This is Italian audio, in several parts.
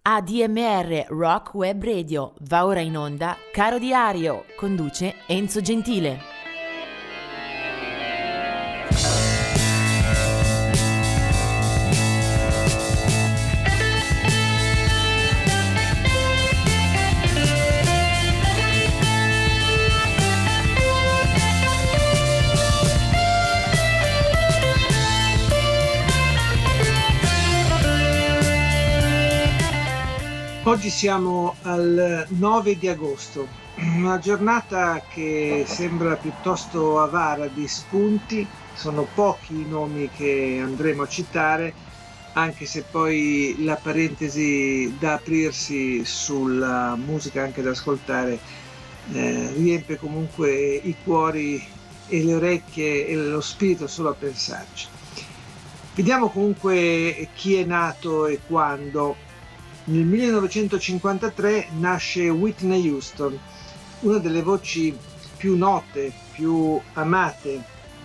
ADMR Rock Web Radio va ora in onda Caro Diario, conduce Enzo Gentile. Oggi siamo al 9 di agosto, una giornata che sembra piuttosto avara di spunti. Sono pochi i nomi che andremo a citare, anche se poi la parentesi da aprirsi sulla musica anche da ascoltare riempie comunque i cuori e le orecchie e lo spirito solo a pensarci. Vediamo comunque chi è nato e quando. Nel 1953 nasce Whitney Houston, una delle voci più note, più amate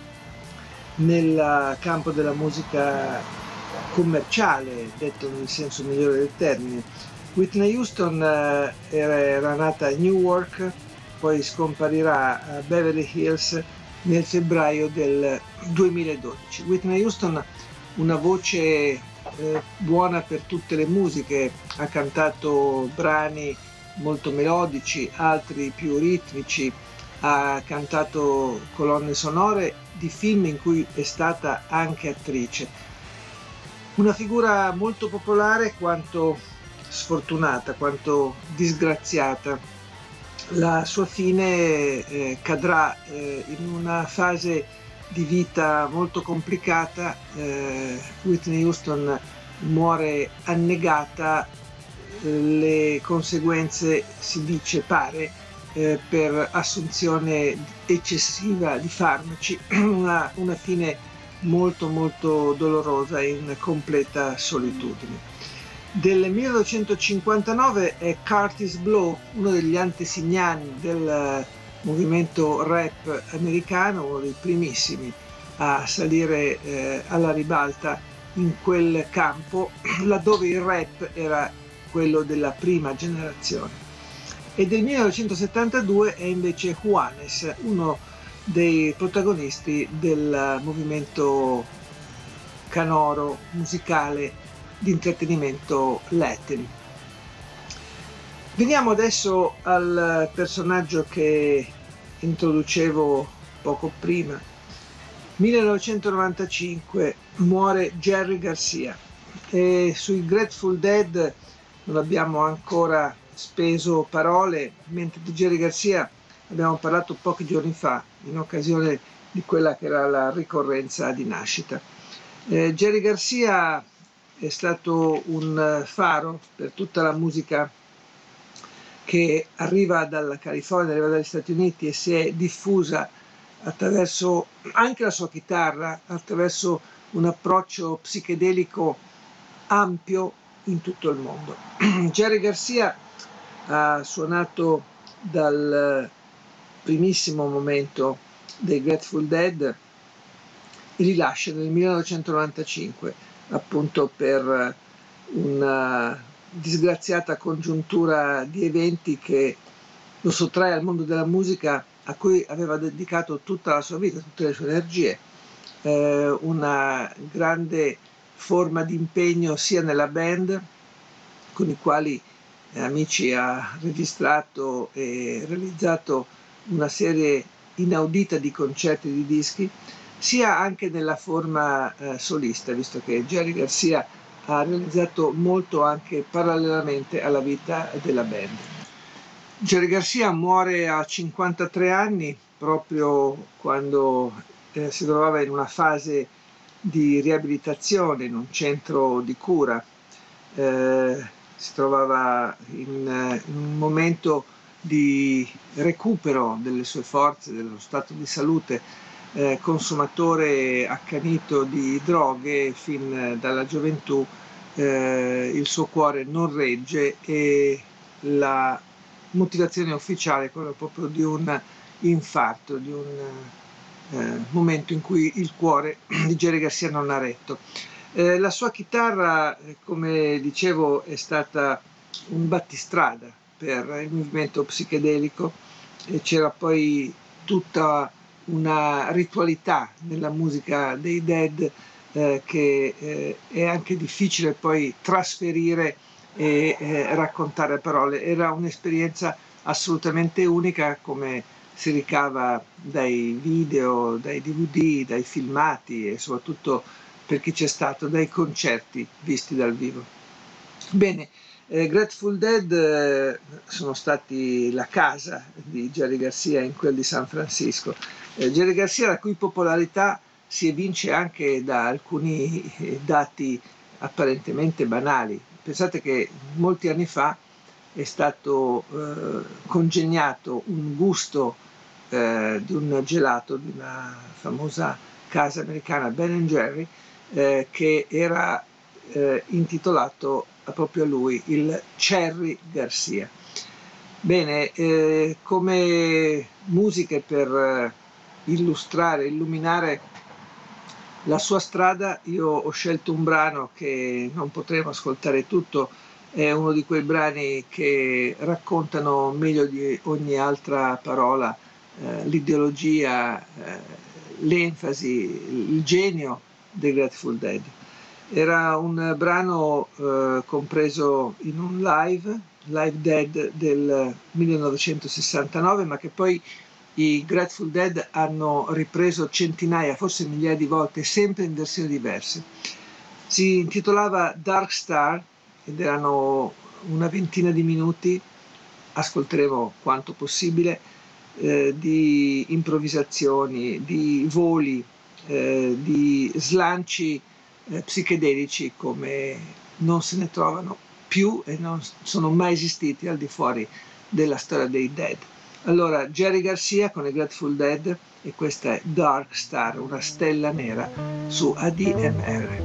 nel campo della musica commerciale, detto nel senso migliore del termine. Whitney Houston era nata a Newark, poi scomparirà a Beverly Hills nel febbraio del 2012. Whitney Houston, una voce buona per tutte le musiche, ha cantato brani molto melodici, altri più ritmici, ha cantato colonne sonore di film in cui è stata anche attrice. Una figura molto popolare quanto sfortunata, quanto disgraziata. La sua fine cadrà in una fase di vita molto complicata. Whitney Houston muore annegata, le conseguenze, si dice, pare, per assunzione eccessiva di farmaci, una fine molto molto dolorosa in completa solitudine. Del 1959 è Kurtis Blow, uno degli antesignani del movimento rap americano, uno dei primissimi a salire alla ribalta in quel campo, laddove il rap era quello della prima generazione. E del 1972 è invece Juanes, uno dei protagonisti del movimento canoro musicale di intrattenimento latin. Veniamo adesso al personaggio che introducevo poco prima. 1995 muore Jerry Garcia e sui Grateful Dead non abbiamo ancora speso parole, mentre di Jerry Garcia abbiamo parlato pochi giorni fa in occasione di quella che era la ricorrenza di nascita. Jerry Garcia è stato un faro per tutta la musica che arriva dalla California, arriva dagli Stati Uniti e si è diffusa attraverso anche la sua chitarra, attraverso un approccio psichedelico ampio in tutto il mondo. Jerry Garcia ha suonato dal primissimo momento dei Grateful Dead e li lascia nel 1995, appunto per una disgraziata congiuntura di eventi che lo sottrae al mondo della musica a cui aveva dedicato tutta la sua vita, tutte le sue energie, una grande forma di impegno sia nella band, con i quali amici ha registrato e realizzato una serie inaudita di concerti e di dischi, sia anche nella forma solista, visto che Jerry Garcia ha realizzato molto anche parallelamente alla vita della band. Jerry Garcia muore a 53 anni, proprio quando si trovava in una fase di riabilitazione in un centro di cura. Si trovava in un momento di recupero delle sue forze, dello stato di salute, consumatore accanito di droghe fin dalla gioventù. Il suo cuore non regge e la motivazione ufficiale è quella proprio di un infarto, di un momento in cui il cuore di Jerry Garcia non ha retto. La sua chitarra, come dicevo, è stata un battistrada per il movimento psichedelico, e c'era poi tutta una ritualità nella musica dei Dead che è anche difficile poi trasferire e raccontare a parole. Era un'esperienza assolutamente unica, come si ricava dai video, dai DVD, dai filmati e soprattutto per chi c'è stato dai concerti visti dal vivo. Bene, Grateful Dead sono stati la casa di Jerry Garcia in quel di San Francisco. Jerry Garcia, la cui popolarità si evince anche da alcuni dati apparentemente banali. Pensate che molti anni fa è stato congegnato un gusto di un gelato di una famosa casa americana, Ben & Jerry, che era intitolato proprio a lui, il Cherry Garcia. Bene, come musiche per illustrare, illuminare la sua strada, io ho scelto un brano che non potremo ascoltare tutto, è uno di quei brani che raccontano meglio di ogni altra parola l'ideologia, l'enfasi, il genio dei Grateful Dead. Era un brano compreso in un Live Dead del 1969, ma che poi i Grateful Dead hanno ripreso centinaia, forse migliaia di volte, sempre in versioni diverse. Si intitolava Dark Star ed erano una ventina di minuti, ascolteremo quanto possibile, di improvvisazioni, di voli, di slanci psichedelici come non se ne trovano più e non sono mai esistiti al di fuori della storia dei Dead. Allora, Jerry Garcia con i Grateful Dead, e questa è Dark Star, una stella nera su ADMR.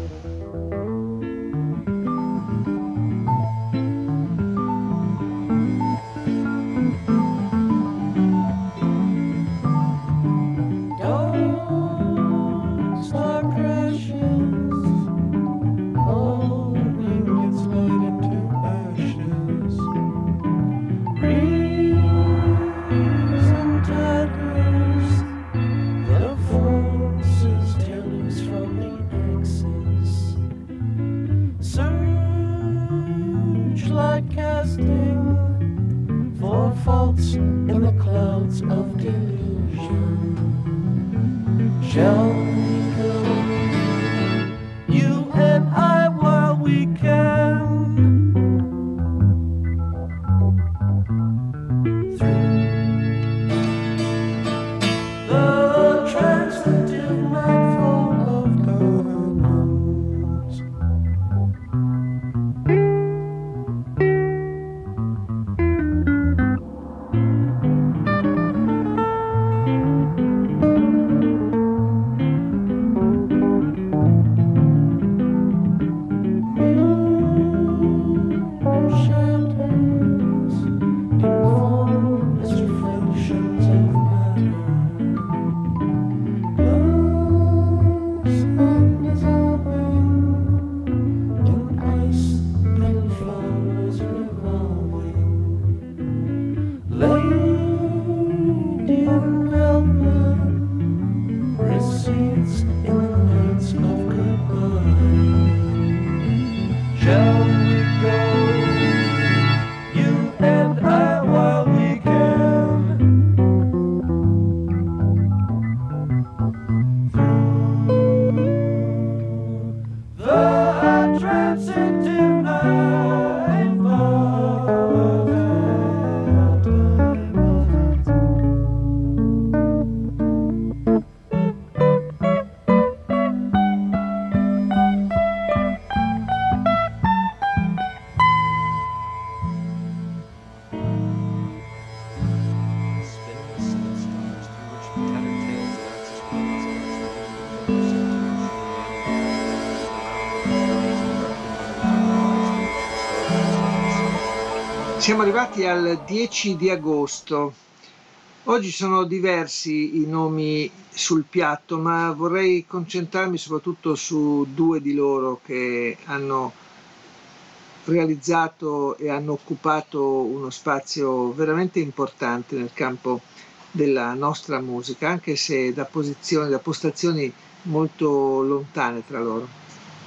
Siamo arrivati al 10 di agosto. Oggi sono diversi i nomi sul piatto, ma vorrei concentrarmi soprattutto su due di loro che hanno realizzato e hanno occupato uno spazio veramente importante nel campo della nostra musica, anche se da postazioni molto lontane tra loro.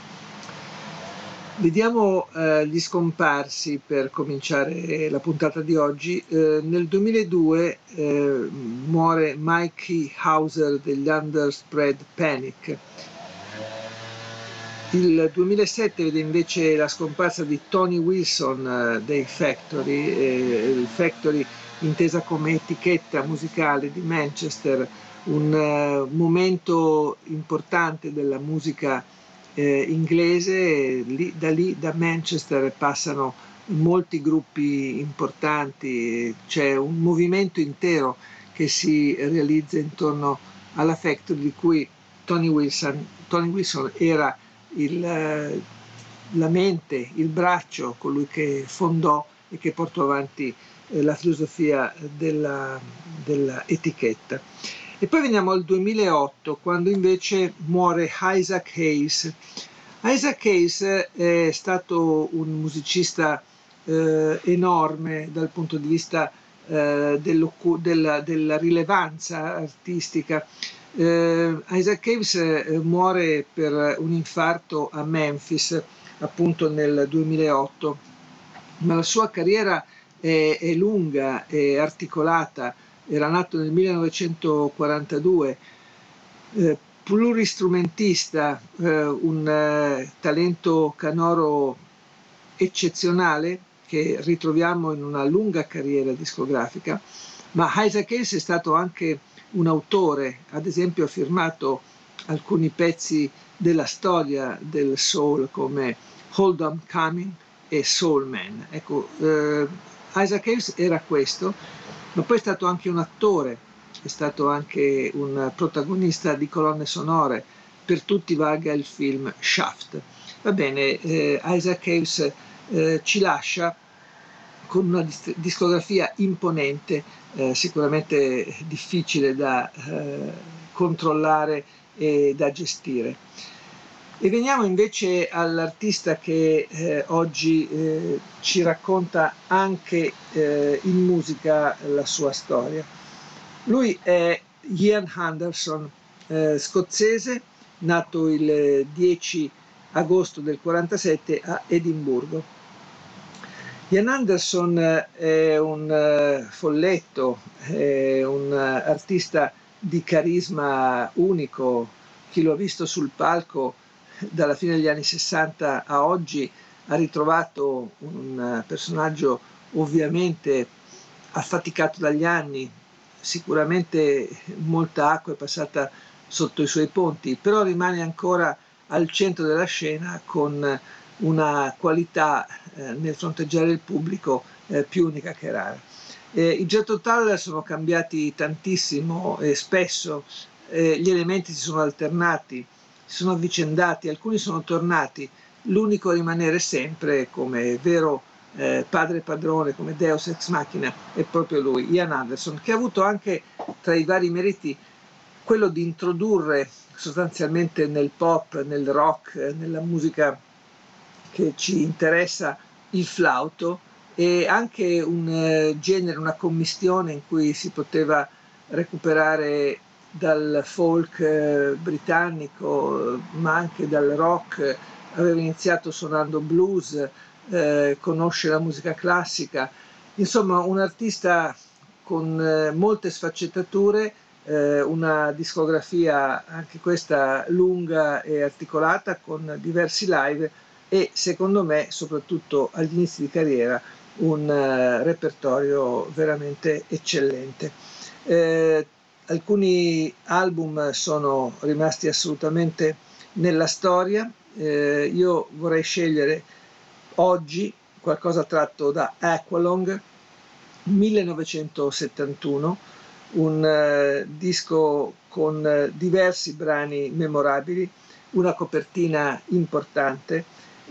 Vediamo gli scomparsi per cominciare la puntata di oggi. Nel 2002 muore Mikey Hauser degli Underspread Panic. Il 2007 vede invece la scomparsa di Tony Wilson dei Factory, il Factory intesa come etichetta musicale di Manchester, un momento importante della musica inglese. Da Manchester passano molti gruppi importanti, c'è un movimento intero che si realizza intorno alla Factory, di cui Tony Wilson era la mente, il braccio, colui che fondò e che portò avanti la filosofia della etichetta. E poi veniamo al 2008, quando invece muore Isaac Hayes. Isaac Hayes è stato un musicista enorme dal punto di vista della rilevanza artistica. Isaac Hayes muore per un infarto a Memphis, appunto nel 2008, ma la sua carriera è lunga e articolata. Era nato nel 1942, pluristrumentista, un talento canoro eccezionale che ritroviamo in una lunga carriera discografica, ma Isaac Hayes è stato anche un autore, ad esempio ha firmato alcuni pezzi della storia del soul come Hold On Coming e Soul Man. Ecco, Isaac Hayes era questo, ma poi è stato anche un attore, è stato anche un protagonista di colonne sonore. Per tutti vaga il film Shaft. Va bene, Isaac Hayes ci lascia con una discografia imponente, sicuramente difficile da controllare e da gestire. E veniamo invece all'artista che oggi ci racconta anche in musica la sua storia. Lui è Ian Anderson, scozzese, nato il 10 agosto del 47 a Edimburgo. Ian Anderson è un folletto, è un artista di carisma unico. Chi lo ha visto sul palco dalla fine degli anni 60 a oggi ha ritrovato un personaggio ovviamente affaticato dagli anni, sicuramente molta acqua è passata sotto i suoi ponti, però rimane ancora al centro della scena con una qualità nel fronteggiare il pubblico più unica che rara. I Jet Total sono cambiati tantissimo e spesso gli elementi si sono alternati, si sono avvicendati, alcuni sono tornati, l'unico a rimanere sempre come vero padre padrone, come Deus ex machina, è proprio lui, Ian Anderson, che ha avuto anche tra i vari meriti quello di introdurre sostanzialmente nel pop, nel rock, nella musica che ci interessa il flauto, e anche un genere, una commistione in cui si poteva recuperare dal folk britannico, ma anche dal rock. Aveva iniziato suonando blues, conosce la musica classica, insomma un artista con molte sfaccettature, una discografia anche questa lunga e articolata con diversi live e secondo me soprattutto agli inizi di carriera un repertorio veramente eccellente. Alcuni album sono rimasti assolutamente nella storia. Io vorrei scegliere oggi qualcosa tratto da Aqualung 1971, un disco con diversi brani memorabili, una copertina importante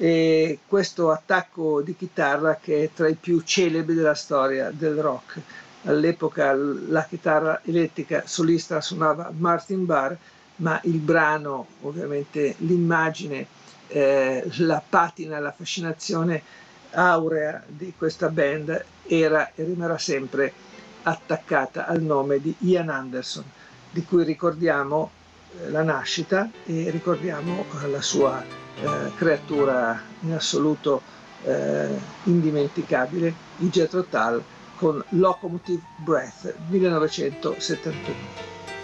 questo attacco di chitarra che è tra i più celebri della storia del rock. all'epoca la chitarra elettrica solista suonava Martin Barre, ma il brano, ovviamente l'immagine, la patina, la fascinazione aurea di questa band era e rimarrà sempre attaccata al nome di Ian Anderson, di cui ricordiamo la nascita e ricordiamo la sua creatura in assoluto indimenticabile, i Jethro Tull con Locomotive Breath 1971.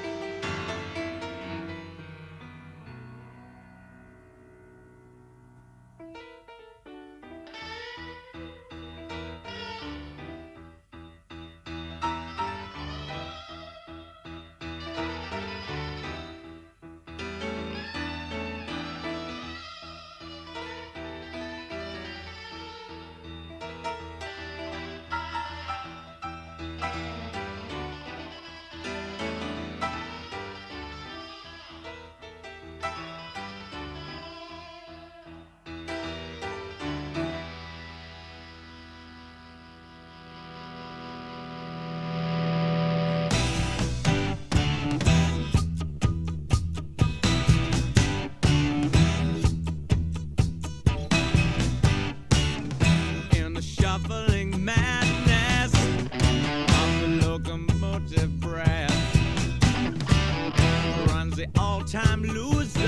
Time loser,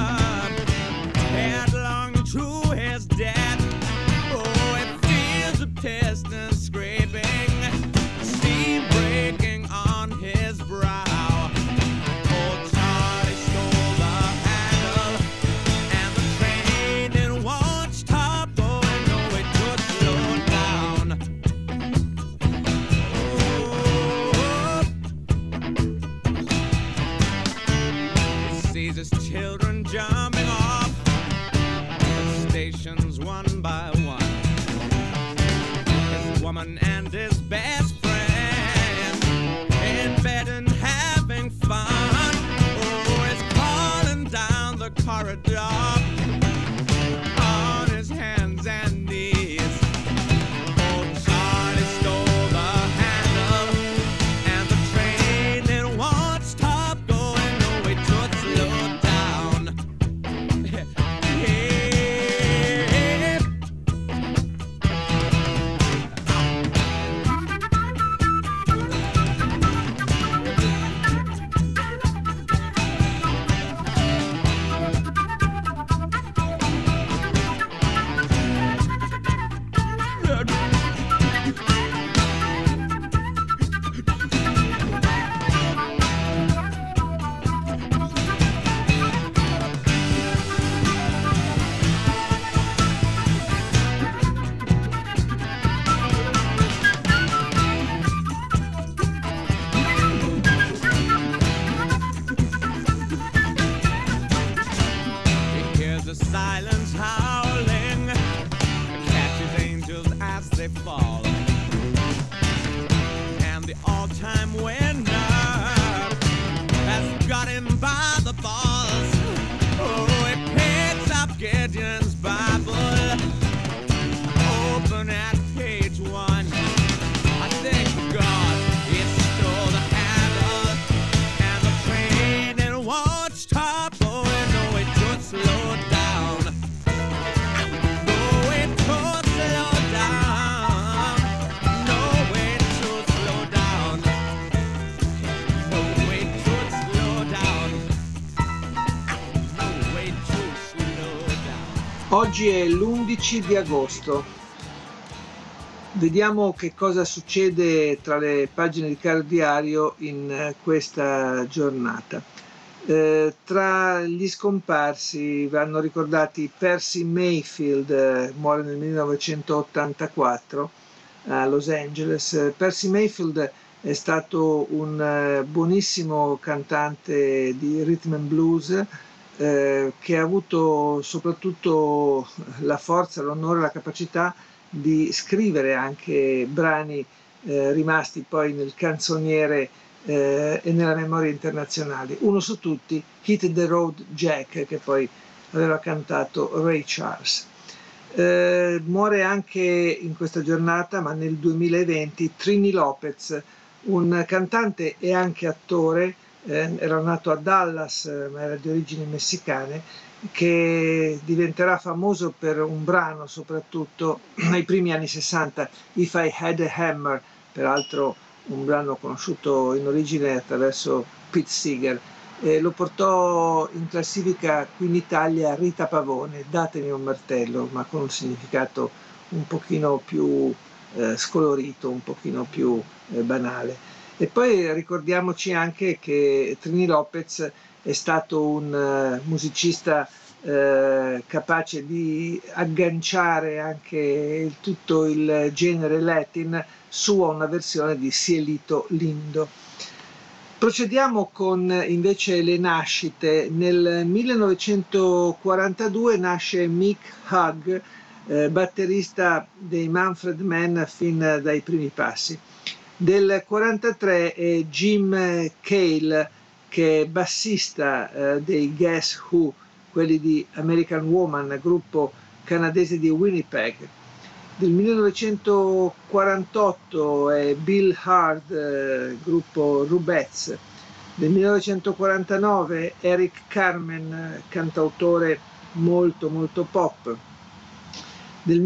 headlong to his death. Oh, it feels a piston scraping, steam breaking on his brow. Old Charlie stole the handle, and the train it won't stop going. No, it could slow down. Sees his children jumping off the stations one by one. His woman and his best friend in bed and having fun. Oh, he's crawling down the corridor on his hands and knees. Old Charlie stole the handle, and the train it won't stop going. No, it could slow down. Yeah. He hears the silence howling, catches angels as they fall, and the all-time winner has got him by the balls. Oh, he picks up Gideon's Bible, open at page 1. I thank God he stole the handle, and the train it won't stop going. No, it could slow down. No, it could slow down. No, it could slow down. No, it could slow down. No, it could slow down. Oggi è l'11 di agosto. Vediamo che cosa succede tra le pagine di Caro Diario in questa giornata. Tra gli scomparsi vanno ricordati Percy Mayfield, muore nel 1984 a Los Angeles. Percy Mayfield è stato un buonissimo cantante di rhythm and blues, che ha avuto soprattutto la forza, l'onore, la capacità di scrivere anche brani rimasti poi nel canzoniere e nella memoria internazionale. Uno su tutti, Hit the Road Jack, che poi aveva cantato Ray Charles. Muore anche in questa giornata, ma nel 2020, Trini Lopez, un cantante e anche attore, era nato a Dallas, ma era di origini messicane, che diventerà famoso per un brano soprattutto nei primi anni 60, If I Had a Hammer, peraltro un brano conosciuto in origine attraverso Pete Seeger. Lo portò in classifica qui in Italia Rita Pavone, Datemi un martello, ma con un significato un pochino più scolorito, un pochino più banale. E poi ricordiamoci anche che Trini Lopez è stato un musicista capace di agganciare anche tutto il genere latin su una versione di Cielito Lindo. Procediamo con invece le nascite. Nel 1942 nasce Mick Hugg, batterista dei Manfred Mann fin dai primi passi. Del 1943 è Jim Cale, che è bassista dei Guess Who, quelli di American Woman, gruppo canadese di Winnipeg. Del 1948 è Bill Hard, gruppo Rubettes. Del 1949 Eric Carmen, cantautore molto pop. Del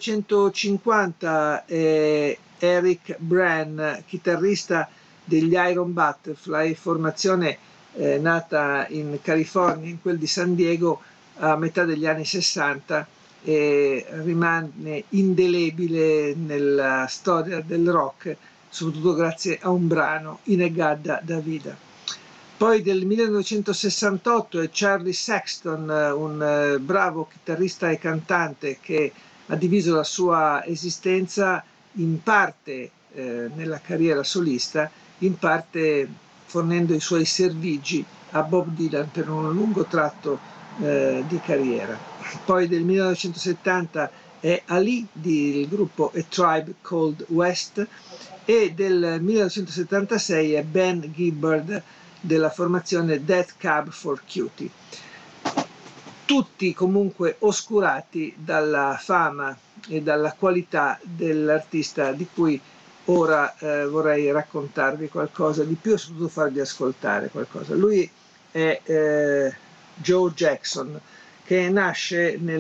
1950 è Eric Brann, chitarrista degli Iron Butterfly, formazione nata in California, in quel di San Diego, a metà degli anni 60, e rimane indelebile nella storia del rock, soprattutto grazie a un brano, Inegada da Vida. Poi del 1968 è Charlie Sexton, un bravo chitarrista e cantante che ha diviso la sua esistenza in parte nella carriera solista, in parte fornendo i suoi servigi a Bob Dylan per un lungo tratto di carriera. Poi del 1970 è Ali del gruppo A Tribe Called West, e del 1976 è Ben Gibbard della formazione Death Cab for Cutie. Tutti comunque oscurati dalla fama e dalla qualità dell'artista di cui ora vorrei raccontarvi qualcosa di più e soprattutto farvi ascoltare qualcosa. Lui è Joe Jackson, che nasce nel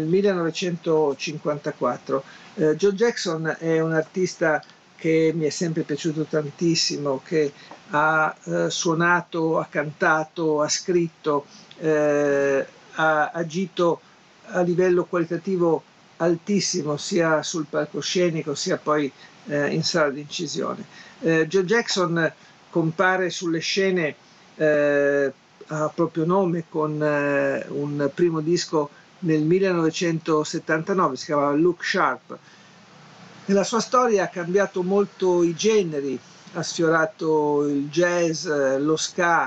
1954. Joe Jackson è un artista che mi è sempre piaciuto tantissimo, che ha suonato, ha cantato, ha scritto, ha agito a livello qualitativo altissimo, sia sul palcoscenico sia poi in sala di incisione. Joe Jackson compare sulle scene a proprio nome con un primo disco nel 1979, si chiamava Look Sharp. Nella sua storia ha cambiato molto i generi, ha sfiorato il jazz, lo ska,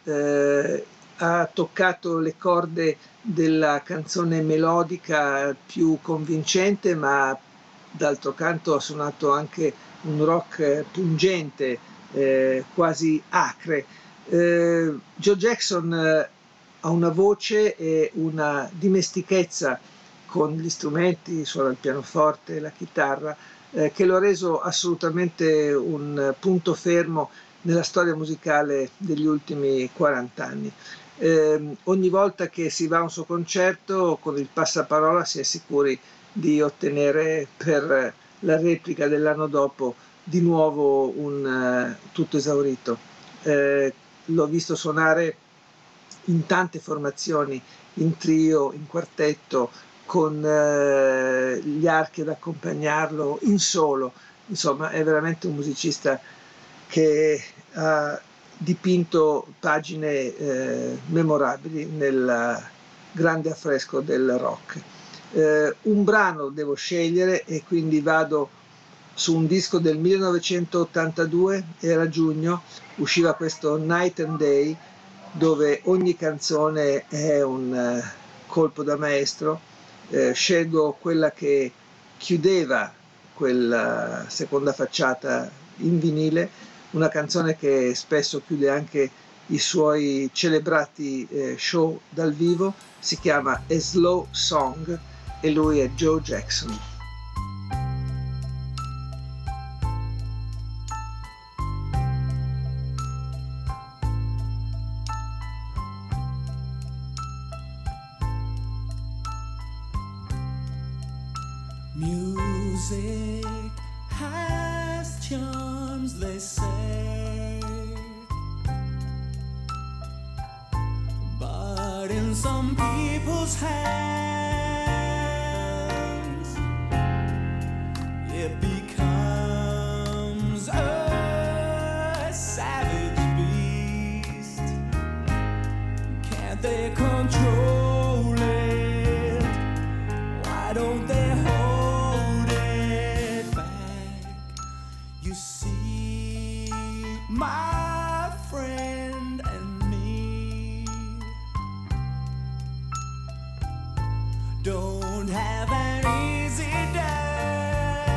ha toccato le corde della canzone melodica più convincente, ma d'altro canto ha suonato anche un rock pungente, quasi acre. Joe Jackson ha una voce e una dimestichezza con gli strumenti, suona il pianoforte e la chitarra, che lo ha reso assolutamente un punto fermo nella storia musicale degli ultimi 40 anni. Ogni volta che si va a un suo concerto, con il passaparola si è sicuri di ottenere per la replica dell'anno dopo di nuovo un tutto esaurito. L'ho visto suonare in tante formazioni, in trio, in quartetto, con gli archi ad accompagnarlo, in solo. Insomma, è veramente un musicista che ha dipinto pagine memorabili nel grande affresco del rock. Un brano devo scegliere e quindi vado su un disco del 1982, era giugno, usciva questo Night and Day, dove ogni canzone è un colpo da maestro. Scelgo quella che chiudeva quella seconda facciata in vinile, una canzone che spesso chiude anche i suoi celebrati show dal vivo, si chiama A Slow Song e lui è Joe Jackson. Music has charms, they say, but in some people's hands it becomes a savage beast. Can't they control it? Why don't they hold it back? You see, my friend and me don't have an easy day,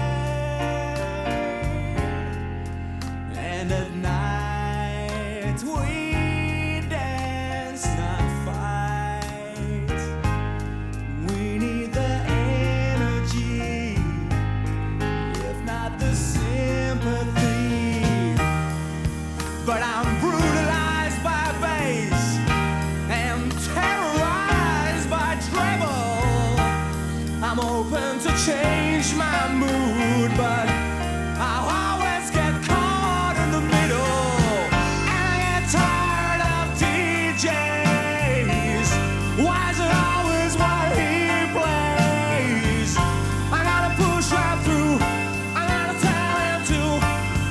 and at night we dance, not fight. We need the energy, if not the sympathy. But I'm brutalized by bass and terrorized by treble. I'm open to change my mood, but I always get caught in the middle. And I get tired of DJs. Why is it always what he plays? I gotta push right through. I gotta tell him to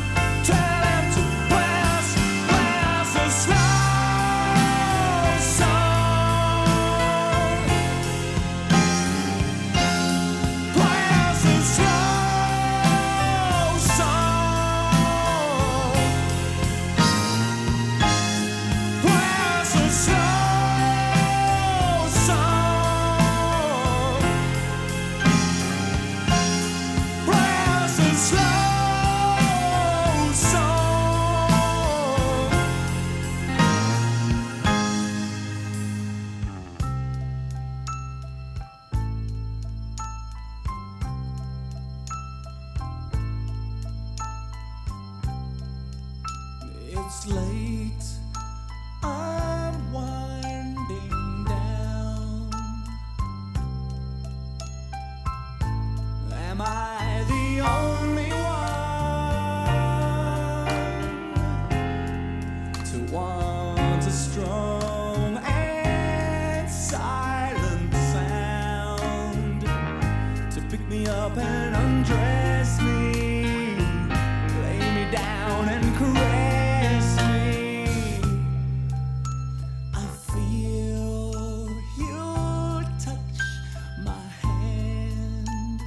play us a slow song. Play us a slow song. Play us a slow song. Play us a slow song. It's late, I'm winding down. Am I the only one to want a strong and silent sound to pick me up and undress me, lay me down and caress me? I feel you touch my hand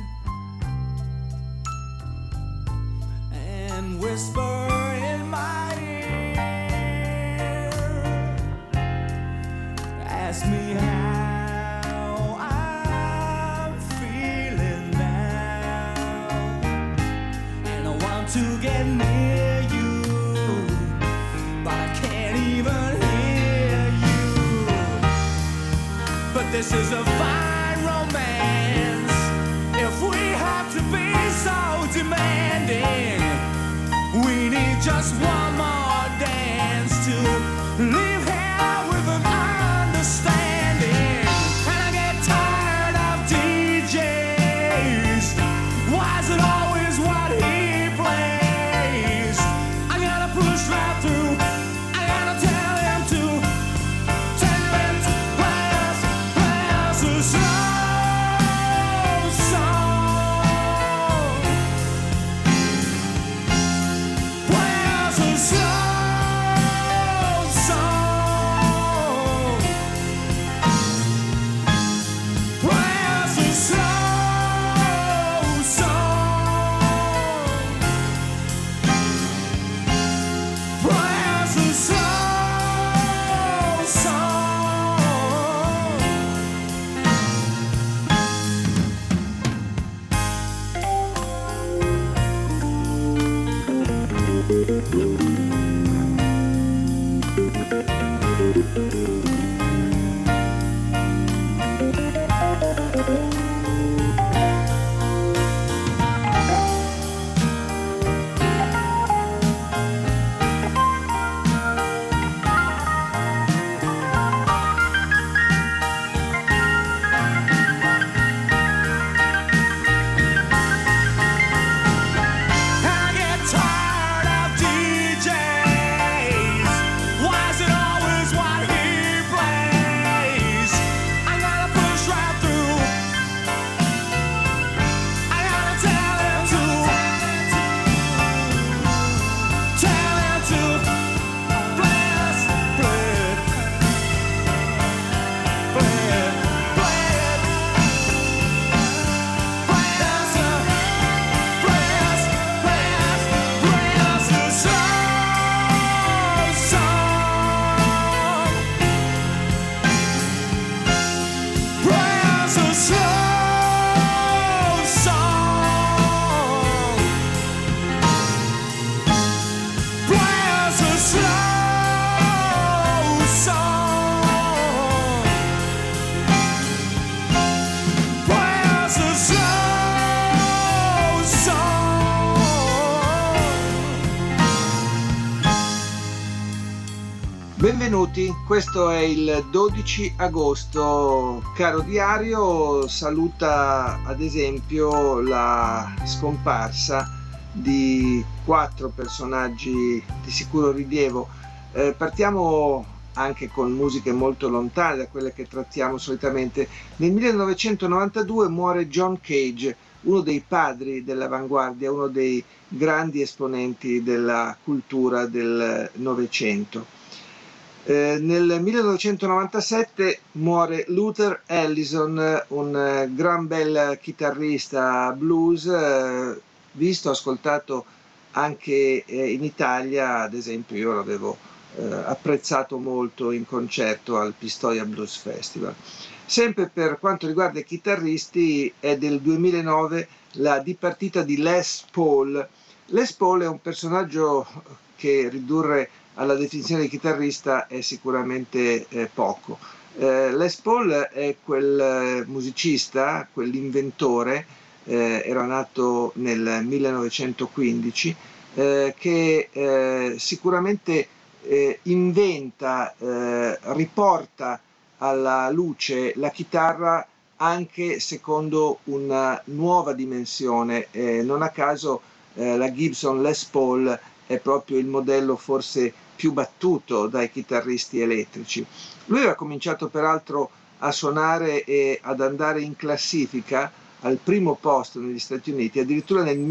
and whisper in my ear, ask me how I'm feeling now, and I want to get near you, but I can't even hear you. But this is a fine romance. If we have to be so demanding, we need just one more dance to leave here with an understanding. And I get tired of DJs. Why is it always what he plays? I gotta push right through. I gotta tell him to play us a slow song. Play us a Benvenuti, questo è il 12 agosto. Caro diario saluta ad esempio la scomparsa di 4 personaggi di sicuro rilievo. Partiamo anche con musiche molto lontane da quelle che trattiamo solitamente. Nel 1992 muore John Cage, uno dei padri dell'avanguardia, uno dei grandi esponenti della cultura del Novecento. Nel 1997 muore Luther Allison, un gran bel chitarrista blues, visto, ascoltato anche in Italia. Ad esempio io l'avevo apprezzato molto in concerto al Pistoia Blues Festival. Sempre per quanto riguarda i chitarristi, è del 2009 la dipartita di Les Paul. Les Paul è un personaggio che ridurre alla definizione di chitarrista è sicuramente poco. Les Paul è quel musicista, quell'inventore, era nato nel 1915, che sicuramente inventa, riporta alla luce la chitarra anche secondo una nuova dimensione. Non a caso la Gibson Les Paul è proprio il modello forse più battuto dai chitarristi elettrici. Lui aveva cominciato peraltro a suonare e ad andare in classifica al primo posto negli Stati Uniti addirittura nel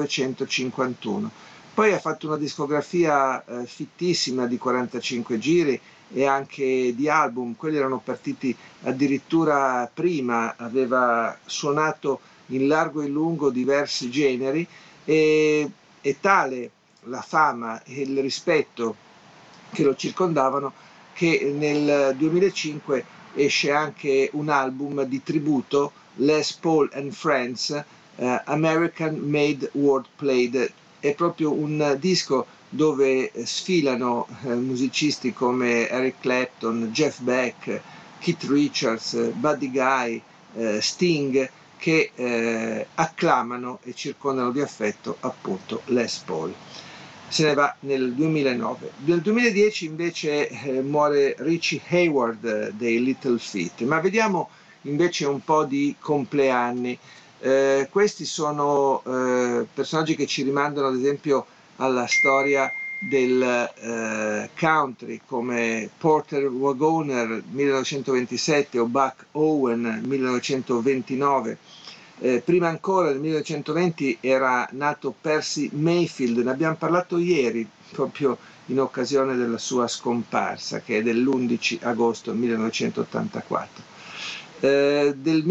1951. Poi ha fatto una discografia fittissima di 45 giri e anche di album. Quelli erano partiti addirittura prima, aveva suonato in largo e in lungo diversi generi, e tale la fama e il rispetto che lo circondavano che nel 2005 esce anche un album di tributo, Les Paul and Friends, American Made World Played. È proprio un disco dove sfilano musicisti come Eric Clapton, Jeff Beck, Keith Richards, Buddy Guy, Sting, che acclamano e circondano di affetto appunto Les Paul. Se ne va nel 2009. Nel 2010 invece muore Richie Hayward dei Little Feat. Ma vediamo invece un po' di compleanni. Questi sono personaggi che ci rimandano ad esempio alla storia del country, come Porter Wagoner 1927 o Buck Owen 1929. Prima ancora, nel 1920, era nato Percy Mayfield, ne abbiamo parlato ieri, proprio in occasione della sua scomparsa, che è dell'11 agosto 1984. Del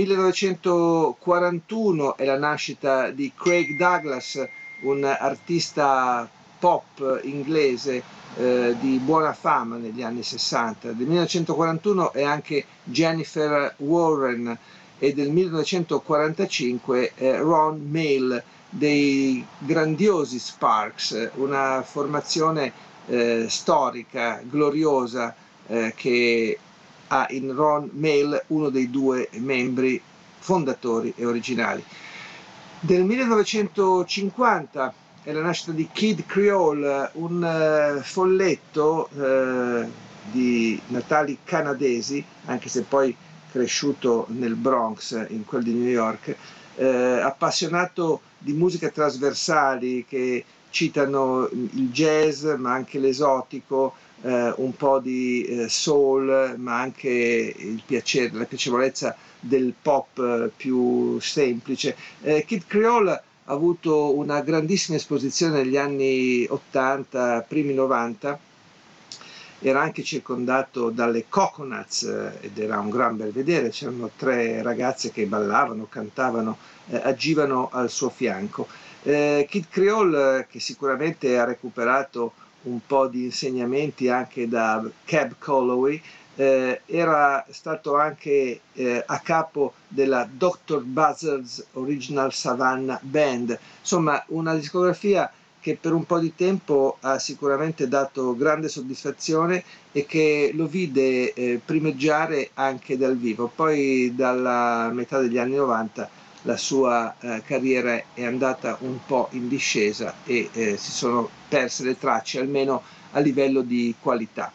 1941 è la nascita di Craig Douglas, un artista pop inglese di buona fama negli anni 60. Del 1941 è anche Jennifer Warren, e del 1945 Ron Mail dei grandiosi Sparks, una formazione storica, gloriosa, che ha in Ron Mail uno dei 2 membri fondatori e originali. Del 1950 è la nascita di Kid Creole, un folletto di natali canadesi, anche se poi cresciuto nel Bronx, in quel di New York, appassionato di musiche trasversali che citano il jazz ma anche l'esotico, un po' di soul, ma anche il piacere, la piacevolezza del pop più semplice. Kid Creole ha avuto una grandissima esposizione negli anni 80, primi 90. Era anche circondato dalle Coconuts ed era un gran bel vedere. C'erano 3 ragazze che ballavano, cantavano, agivano al suo fianco. Kid Creole, che sicuramente ha recuperato un po' di insegnamenti anche da Cab Calloway, era stato anche a capo della Dr. Buzzard's Original Savannah Band. Insomma, una discografia che per un po' di tempo ha sicuramente dato grande soddisfazione e che lo vide primeggiare anche dal vivo. Poi dalla metà degli anni 90 la sua carriera è andata un po' in discesa e si sono perse le tracce, almeno a livello di qualità.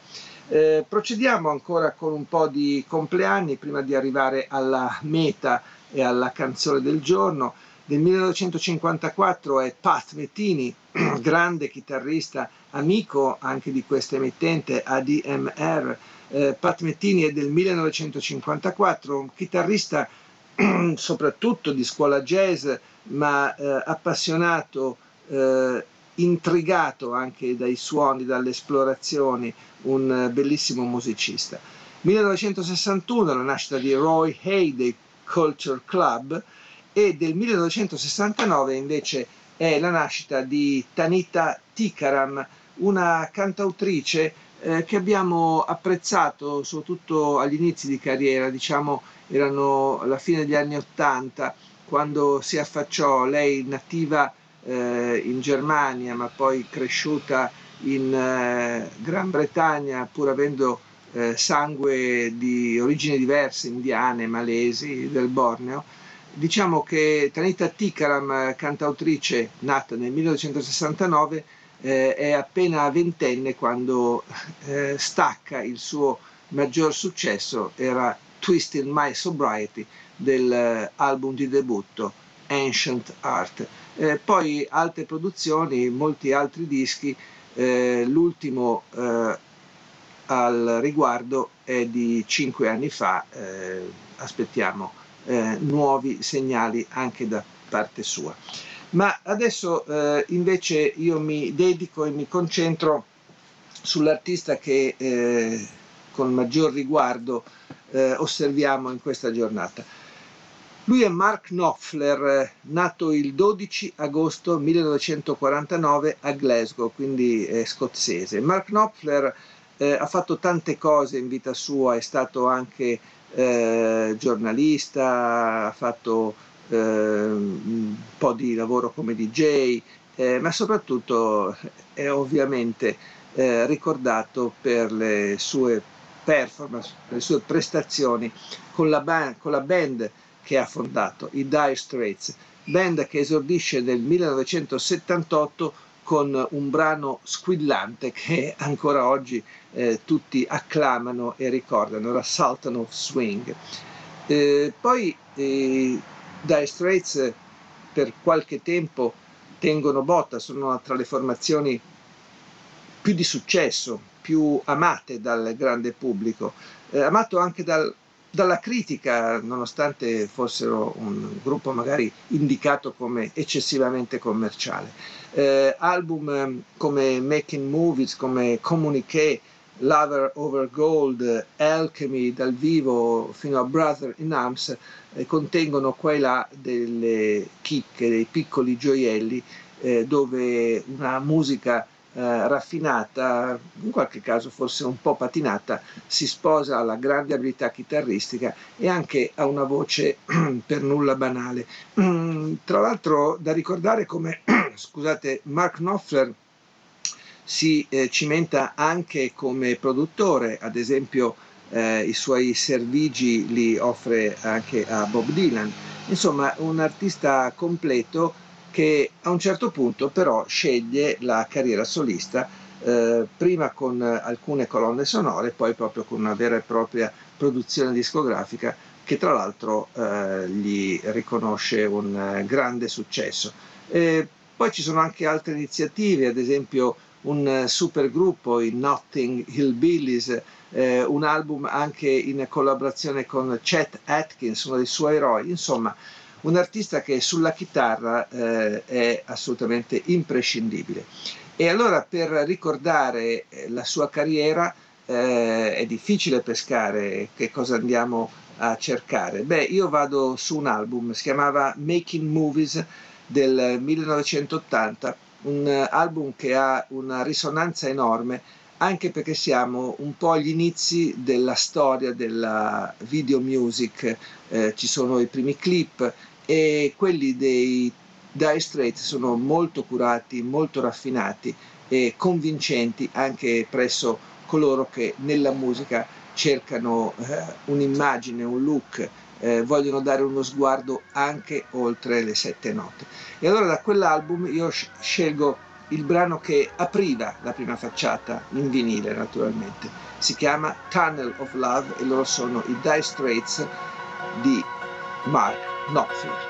Procediamo ancora con un po' di compleanni prima di arrivare alla meta e alla canzone del giorno. Del 1954 è Pat Metheny, grande chitarrista, amico anche di questa emittente ADMR. Pat Metheny è del 1954, un chitarrista soprattutto di scuola jazz, ma appassionato, intrigato anche dai suoni, dalle esplorazioni, un bellissimo musicista. 1961 la nascita di Roy Hay Culture Club, e del 1969 invece è la nascita di Tanita Tikaram, una cantautrice che abbiamo apprezzato soprattutto agli inizi di carriera, diciamo erano alla fine degli anni '80, quando si affacciò, lei nativa in Germania ma poi cresciuta in Gran Bretagna, pur avendo sangue di origini diverse, indiane, malesi, del Borneo. Diciamo che Tanita Tikaram, cantautrice nata nel 1969, è appena ventenne quando stacca il suo maggior successo, era Twisting My Sobriety dell'album di debutto Ancient Art. Poi altre produzioni, molti altri dischi, l'ultimo al riguardo è di 5 anni fa, aspettiamo nuovi segnali anche da parte sua. Ma adesso invece io mi dedico e mi concentro sull'artista che con maggior riguardo osserviamo in questa giornata. Lui è Mark Knopfler, nato il 12 agosto 1949 a Glasgow, quindi è scozzese. Mark Knopfler ha fatto tante cose in vita sua, è stato anche giornalista, ha fatto un po' di lavoro come DJ, ma soprattutto è ovviamente ricordato per le sue performance, per le sue prestazioni con la band che ha fondato, i Dire Straits, band che esordisce nel 1978 con un brano squillante che ancora oggi tutti acclamano e ricordano, la Sultan of Swing. Poi i Dire Straits per qualche tempo tengono botta, sono tra le formazioni più di successo, più amate dal grande pubblico, amato anche dalla critica, nonostante fossero un gruppo magari indicato come eccessivamente commerciale. Album come Making Movies, come Communique, Lover Over Gold, Alchemy dal vivo fino a Brother in Arms contengono qua e là delle chicche, dei piccoli gioielli dove una musica raffinata, in qualche caso forse un po' patinata, si sposa alla grande abilità chitarristica e anche a una voce per nulla banale. Tra l'altro da ricordare come scusate, Mark Knopfler si cimenta anche come produttore, ad esempio i suoi servigi li offre anche a Bob Dylan, insomma un artista completo che a un certo punto però sceglie la carriera solista, prima con alcune colonne sonore, poi proprio con una vera e propria produzione discografica che tra l'altro gli riconosce un grande successo. Poi ci sono anche altre iniziative, ad esempio un supergruppo, i Notting Hillbillies, un album anche in collaborazione con Chet Atkins, uno dei suoi eroi, insomma un artista che sulla chitarra è assolutamente imprescindibile. E allora per ricordare la sua carriera è difficile pescare che cosa andiamo a cercare. Beh, io vado su un album, si chiamava Making Movies del 1980, un album che ha una risonanza enorme anche perché siamo un po' agli inizi della storia della video music, ci sono i primi clip e quelli dei Dire Straits sono molto curati, molto raffinati e convincenti anche presso coloro che nella musica cercano un'immagine, un look, vogliono dare uno sguardo anche oltre le 7 note. E allora da quell'album io scelgo il brano che apriva la prima facciata in vinile, naturalmente. Si chiama Tunnel of Love e loro sono i Dire Straits di Mark Knopfler.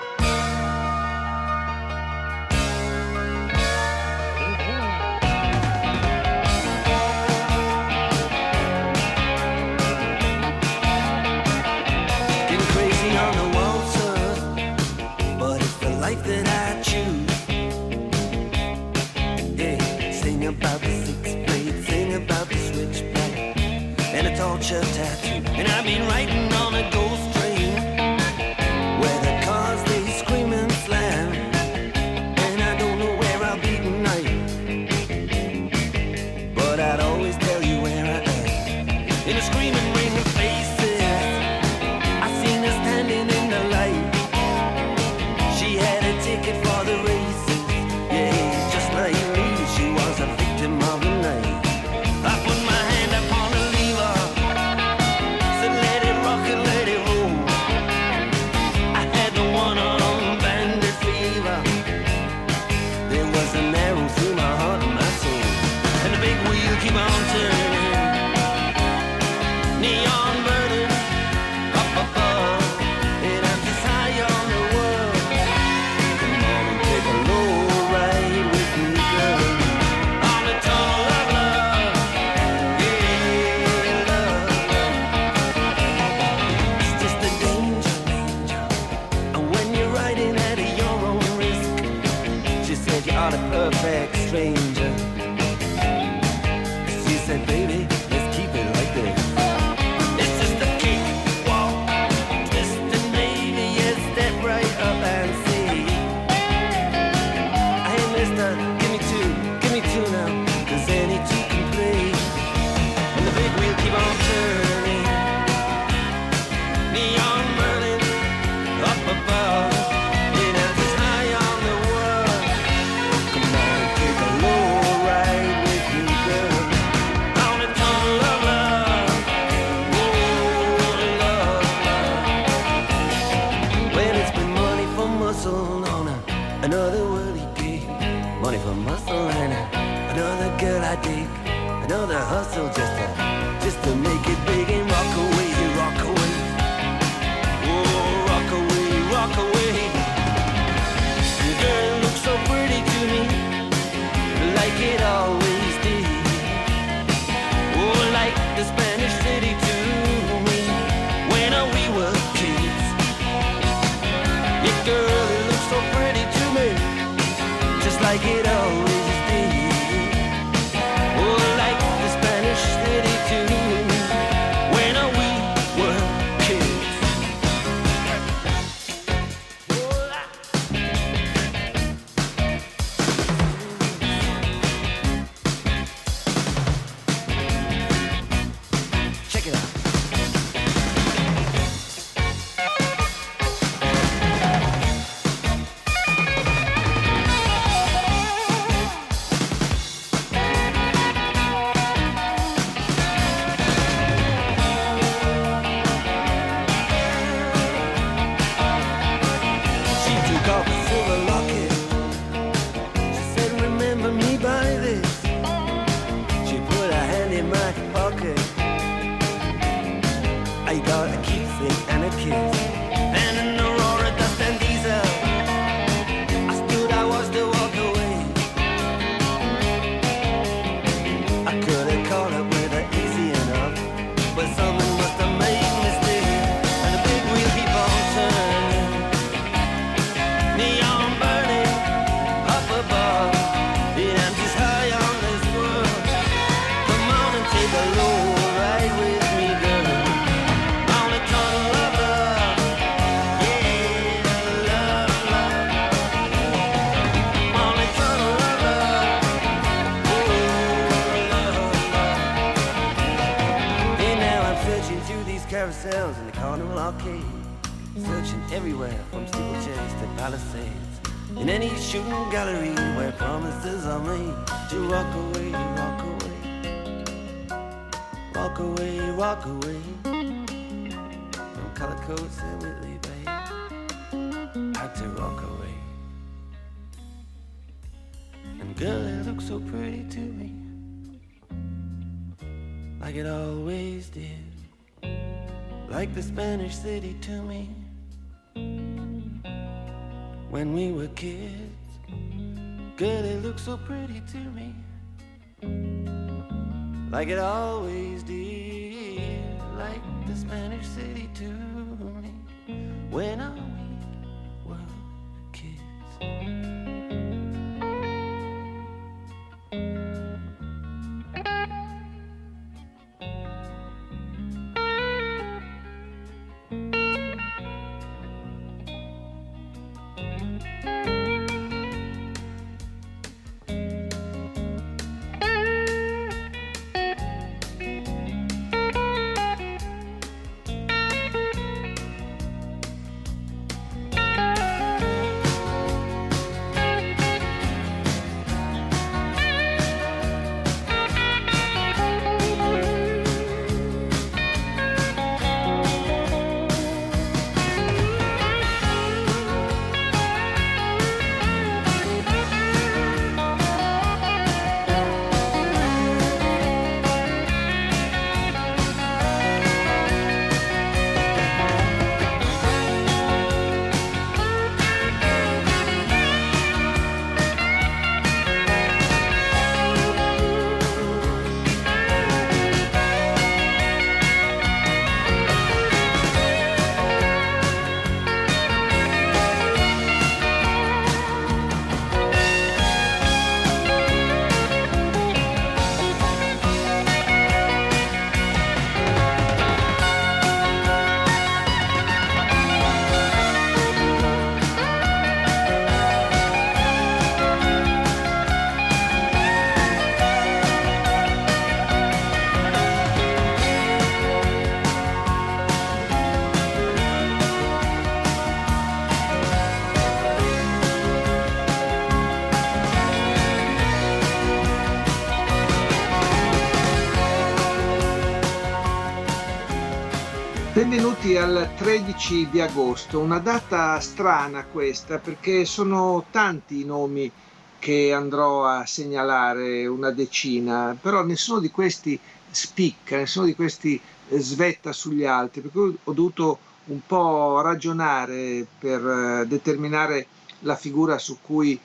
Tattoo. And I've been writing on a ghost train where the cars they scream and slam, and I don't know where I'll be tonight, but I'd always tell you where I am. In a screaming ring of faces, I seen her standing in the light. She had a ticket for the races, yeah, just like me, she was a victim of the night. I put my hand upon the lever, said let it rock and let it roll. I had the one-on bandit fever. There was an arrow through my heart and my soul, and the big wheel keep on turning, neon burning up above, and I'm just high on the world. Come on and take a low ride with me, girl, on the tunnel of love. Yeah, love. It's just a danger, and when you're riding at your own risk. She said you're the perfect stranger. She said, baby, let's keep it like this. It's just a kick, walk, twist, and maybe you step right up and see. Hey, mister, give me two now, 'cause any two can play. And the big wheel keep on turning, neon burning up above, and I'm just high on the world. Come on, take a low ride with me, girl, on the tunnel of love. Oh, love, love. Well, it's been money for muscle on another worldly gig, money for muscle and another girl I dig, another hustle just to make it big and rock away, rock away. Oh, rock away, rock away. Girl, it looks so pretty to me, like it always did. Oh, like the Spanish city to me, when we were kids. Yeah, girl, it looks so pretty to me, just like it always did. Oh, like the Spanish city to me, when we were kids. Check it out. She took off a silver locket. She said, remember me by this. She put her hand in my pocket. I got a keepsake and a kiss, and an Aurora dust and diesel. I stood, I watched her walk away. I could have caught up with her easy enough, but something must have made me stay. And the big wheel keep on turning, neon burning up above, and I'm just high on this world. Come on and take a low ride with me, girl, on the tunnel of love. Yeah, love, love. On the tunnel of love. Oh, love, love. And now I'm searching through these carousels in the Carnival Arcade, searching everywhere from steeplechase to Palisades, in any shooting gallery where promises are made to rock away, rock away, rock away, rock away, from Color Coats and Whitley Bay, out to Rockaway. And Girl, it looks so pretty to me, like it always did, like the Spanish city to me when we were kids. Girl, it looks so pretty to me, like it always did, like the Spanish city to me when we were kids. Benvenuti al 13 di agosto, una data strana questa perché sono tanti i nomi che andrò a segnalare, una decina, però nessuno di questi spicca, nessuno di questi svetta sugli altri, per cui ho dovuto un po' ragionare per determinare la figura su cui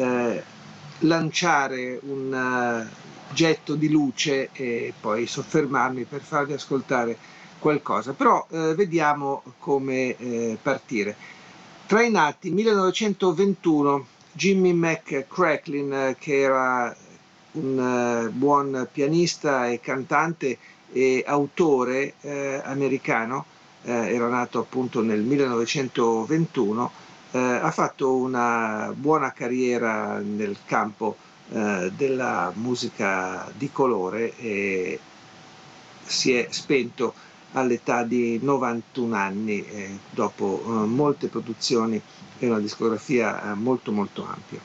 lanciare un getto di luce e poi soffermarmi per farvi ascoltare qualcosa, però vediamo come partire. Tra i nati 1921 Jimmy McCracklin, che era un buon pianista e cantante e autore americano, era nato appunto nel 1921, ha fatto una buona carriera nel campo della musica di colore e si è spento all'età di 91 anni, dopo molte produzioni e una discografia molto molto ampia.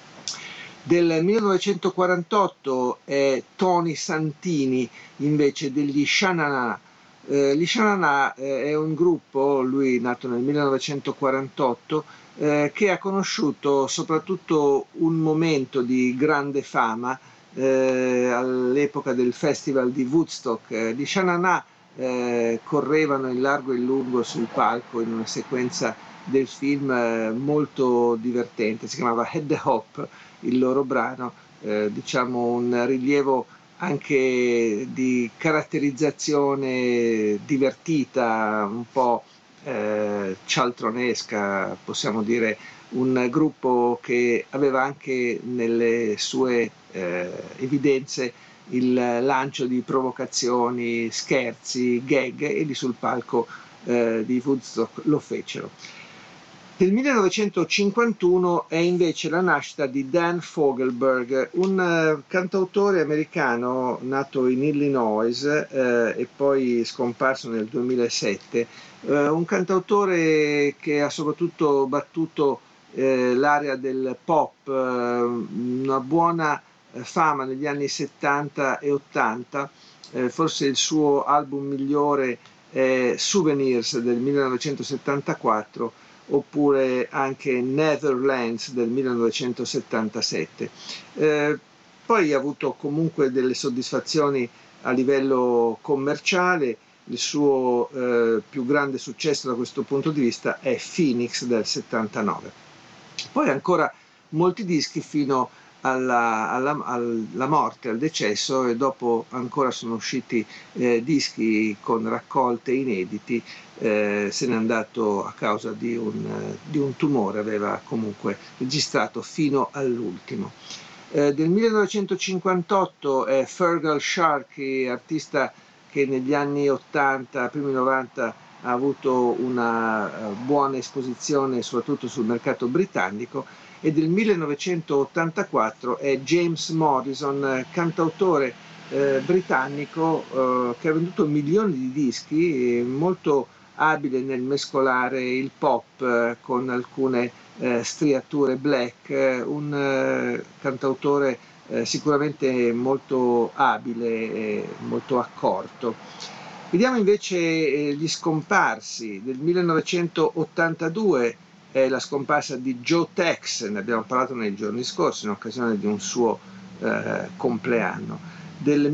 Del 1948 è Tony Santini invece degli Sha Na Na. Gli Sha Na Na è un gruppo, lui nato nel 1948, che ha conosciuto soprattutto un momento di grande fama all'epoca del festival di Woodstock. Gli Sha Na Na correvano in largo e in lungo sul palco in una sequenza del film molto divertente, si chiamava Head the Hop il loro brano, diciamo un rilievo anche di caratterizzazione divertita, un po' cialtronesca, possiamo dire, un gruppo che aveva anche nelle sue evidenze il lancio di provocazioni, scherzi, gag, e lì sul palco di Woodstock lo fecero. Nel 1951 è invece la nascita di Dan Fogelberg, un cantautore americano nato in Illinois e poi scomparso nel 2007, un cantautore che ha soprattutto battuto l'area del pop, una buona fama negli anni 70 e 80, forse il suo album migliore è Souvenirs del 1974, oppure anche Netherlands del 1977. Poi ha avuto comunque delle soddisfazioni a livello commerciale. Il suo più grande successo da questo punto di vista è Phoenix del 79. Poi ancora molti dischi fino alla morte, al decesso, e dopo ancora sono usciti dischi con raccolte inediti. Se n'è andato a causa di un tumore, aveva comunque registrato fino all'ultimo. Del 1958 è Fergal Sharkey, artista che negli anni 80, primi 90 ha avuto una buona esposizione soprattutto sul mercato britannico, e del 1984 è James Morrison, cantautore britannico che ha venduto milioni di dischi, molto abile nel mescolare il pop con alcune striature black, un cantautore sicuramente molto abile e molto accorto. Vediamo invece gli scomparsi. Del 1982 è la scomparsa di Joe Tex, ne abbiamo parlato nei giorni scorsi in occasione di un suo compleanno. Del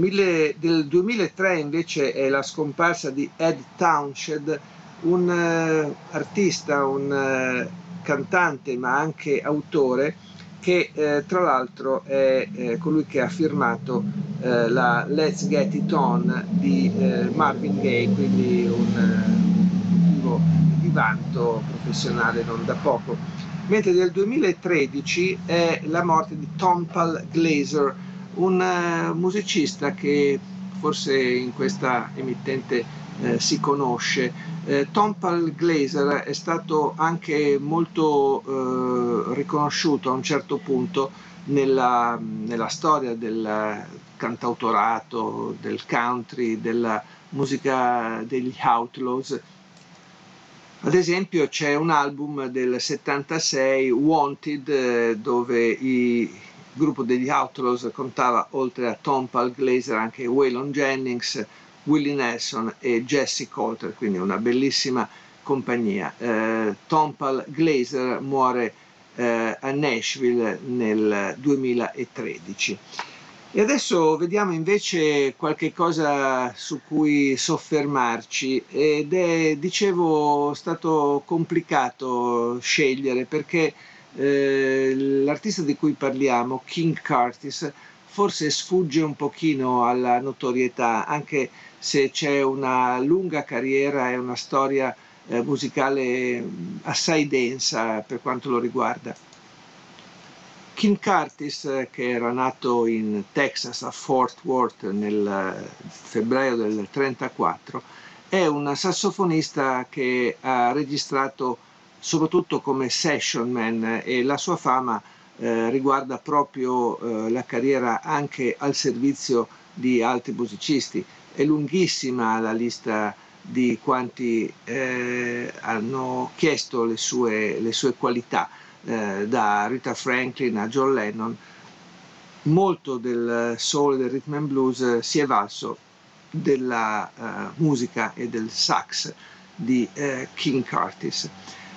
2003 invece è la scomparsa di Ed Townshend, un artista, un cantante ma anche autore, che tra l'altro è colui che ha firmato la Let's Get It On di Marvin Gaye, quindi un motivo di vanto professionale non da poco. Mentre del 2013 è la morte di Tompal Glaser, un musicista che forse in questa emittente si conosce. Tompal Glaser è stato anche molto riconosciuto a un certo punto nella storia del cantautorato, del country, della musica degli Outlaws. Ad esempio c'è un album del 76, Wanted, dove il gruppo degli Outlaws contava oltre a Tompal Glaser anche Waylon Jennings, Willie Nelson e Jesse Coulter, quindi una bellissima compagnia. Tompal Glaser muore a Nashville nel 2013. E adesso vediamo invece qualche cosa su cui soffermarci, ed è, dicevo, stato complicato scegliere perché l'artista di cui parliamo, King Curtis, forse sfugge un pochino alla notorietà, anche se c'è una lunga carriera e una storia musicale assai densa per quanto lo riguarda. King Curtis, che era nato in Texas a Fort Worth nel febbraio del 1934, è un sassofonista che ha registrato soprattutto come session man, e la sua fama riguarda proprio la carriera anche al servizio di altri musicisti. È lunghissima la lista di quanti hanno chiesto le sue qualità, da Rita Franklin a John Lennon. Molto del soul e del rhythm and blues si è valso della musica e del sax di King Curtis.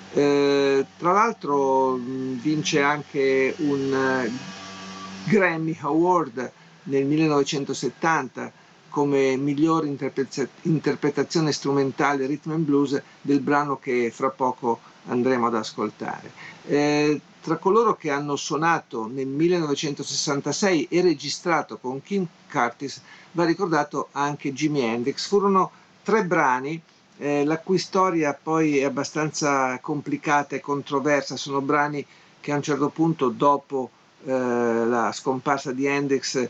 Tra l'altro vince anche un Grammy Award nel 1970 come miglior interpretazione strumentale rhythm and blues del brano che fra poco andremo ad ascoltare. Tra coloro che hanno suonato nel 1966 e registrato con King Curtis va ricordato anche Jimi Hendrix. Furono 3 brani, la cui storia poi è abbastanza complicata e controversa. Sono brani che a un certo punto, dopo la scomparsa di Hendrix,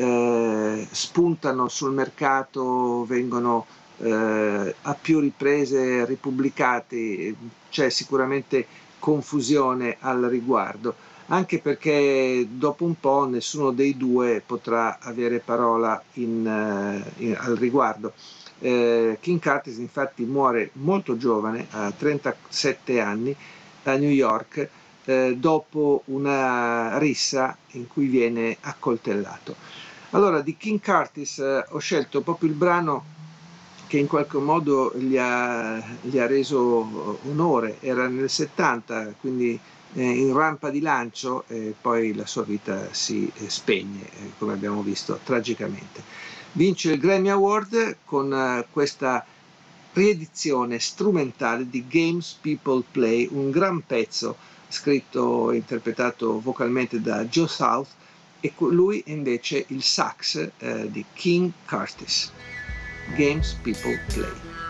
spuntano sul mercato, vengono a più riprese ripubblicati. C'è sicuramente confusione al riguardo, anche perché dopo un po' nessuno dei due potrà avere parola al riguardo. King Curtis infatti muore molto giovane, a 37 anni, a New York, dopo una rissa in cui viene accoltellato. Allora, di King Curtis ho scelto proprio il brano che in qualche modo gli ha reso onore. Era nel 70, quindi in rampa di lancio, e poi la sua vita si spegne, come abbiamo visto, tragicamente. Vince il Grammy Award con questa riedizione strumentale di Games People Play, un gran pezzo scritto e interpretato vocalmente da Joe South, e lui invece il sax di King Curtis. Games People Play.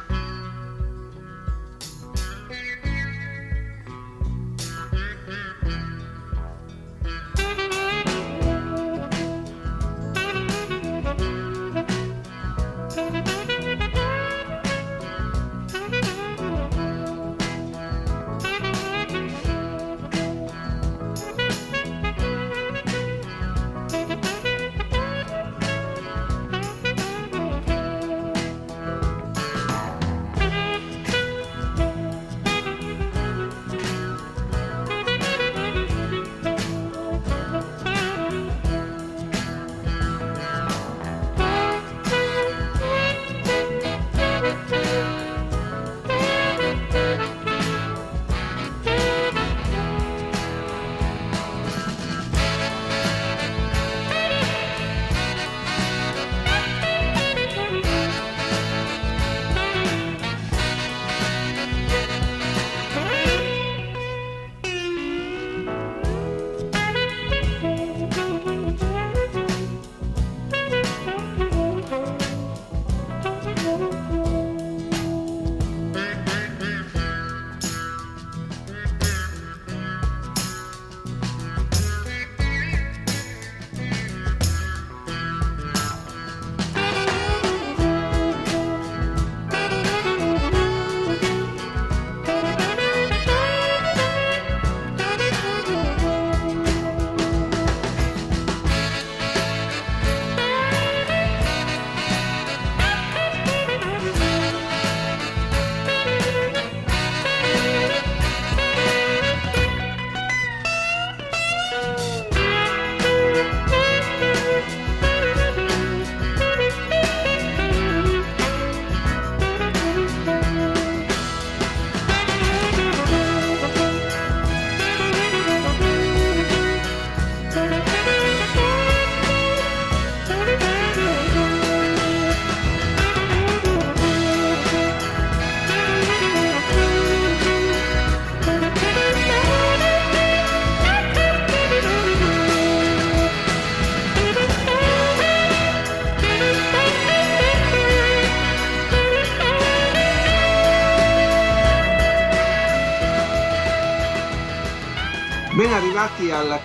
Ben arrivati al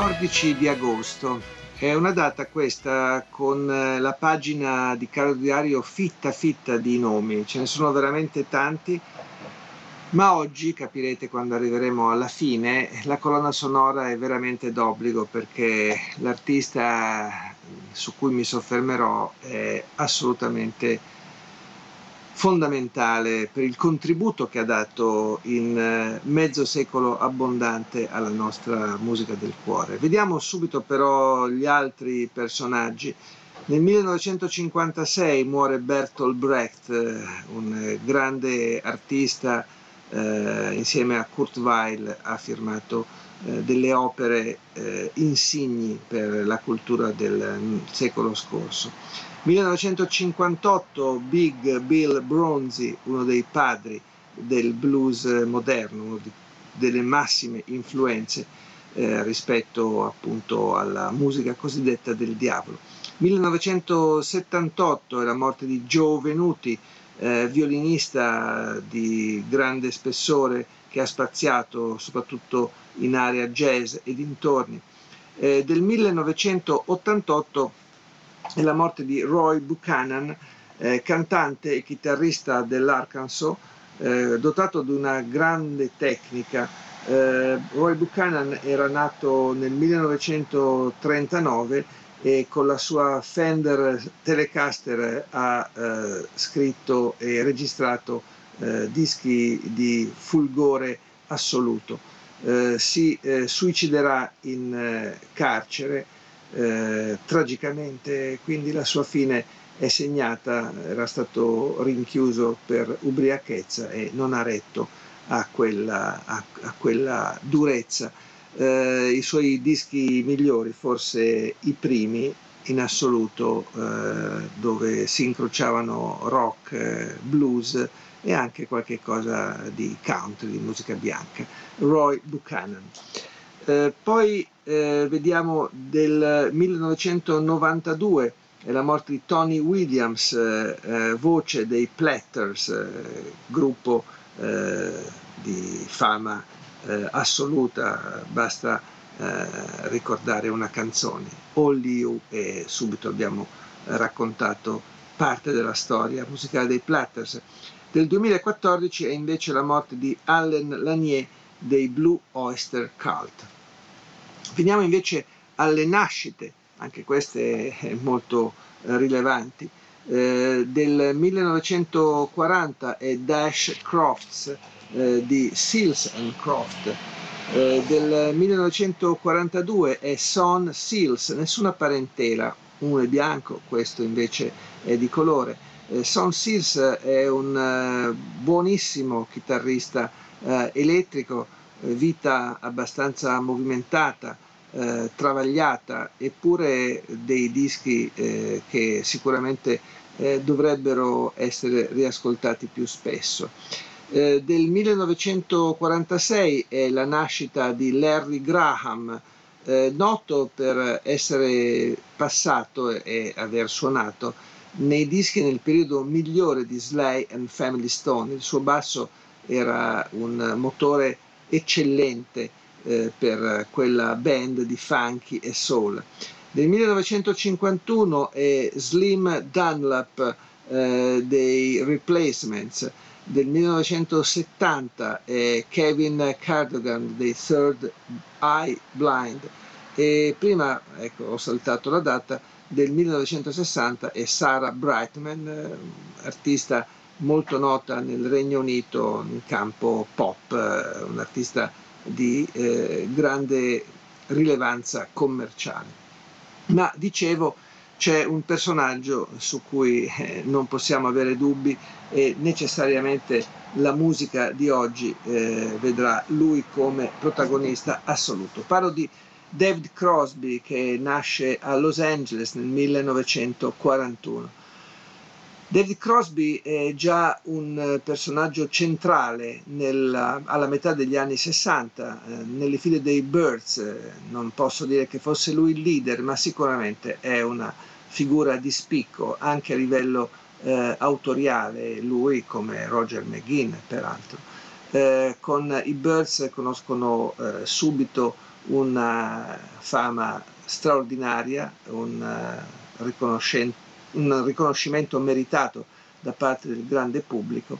14 di agosto, è una data questa con la pagina di Caro Diario fitta di nomi, ce ne sono veramente tanti, ma oggi capirete quando arriveremo alla fine, la colonna sonora è veramente d'obbligo perché l'artista su cui mi soffermerò è assolutamente fondamentale per il contributo che ha dato in mezzo secolo abbondante alla nostra musica del cuore. Vediamo subito però gli altri personaggi. Nel 1956 muore Bertolt Brecht, un grande artista, insieme a Kurt Weill ha firmato delle opere insigni per la cultura del secolo scorso. 1958 Big Bill Bronzy, uno dei padri del blues moderno, una delle massime influenze rispetto appunto alla musica cosiddetta del diavolo. 1978 è la morte di Joe Venuti, violinista di grande spessore che ha spaziato soprattutto in area jazz e dintorni. Del 1988 è la morte di Roy Buchanan, cantante e chitarrista dell'Arkansas, dotato di una grande tecnica. Roy Buchanan era nato nel 1939 e con la sua Fender Telecaster ha scritto e registrato dischi di fulgore assoluto. Si suiciderà in carcere tragicamente, quindi la sua fine è segnata, era stato rinchiuso per ubriachezza e non ha retto a quella durezza. I suoi dischi migliori, forse i primi in assoluto, dove si incrociavano rock, blues e anche qualche cosa di country, di musica bianca. Roy Buchanan. Poi vediamo del 1992 è la morte di Tony Williams, voce dei Platters, gruppo di fama assoluta, basta ricordare una canzone, Only You, e subito abbiamo raccontato parte della storia musicale dei Platters. Del 2014 è invece la morte di Allen Lanier dei Blue Oyster Cult. Veniamo invece alle nascite, anche queste molto rilevanti. Del 1940 è Dash Crofts di Seals and Croft. Del 1942 è Son Seals, nessuna parentela, uno è bianco, questo invece è di colore. Son Seals è un buonissimo chitarrista elettrico, vita abbastanza movimentata, travagliata, eppure dei dischi che sicuramente dovrebbero essere riascoltati più spesso. Del 1946 è la nascita di Larry Graham, noto per essere passato e aver suonato nei dischi nel periodo migliore di Sly and Family Stone. Il suo basso era un motore eccellente per quella band di funky e soul. Nel 1951 è Slim Dunlap dei Replacements. Del 1970 è Kevin Cardigan dei Third Eye Blind, e prima, ecco, ho saltato la data, del 1960 è Sarah Brightman, artista molto nota nel Regno Unito in campo pop, un'artista di grande rilevanza commerciale. Ma dicevo, c'è un personaggio su cui non possiamo avere dubbi, e necessariamente la musica di oggi vedrà lui come protagonista assoluto. Parlo di David Crosby, che nasce a Los Angeles nel 1941. David Crosby è già un personaggio centrale alla metà degli anni 60, nelle file dei Byrds. Non posso dire che fosse lui il leader, ma sicuramente è una figura di spicco anche a livello autoriale, lui come Roger McGuinn peraltro. Con i Byrds conoscono subito una fama straordinaria, un riconoscimento meritato da parte del grande pubblico.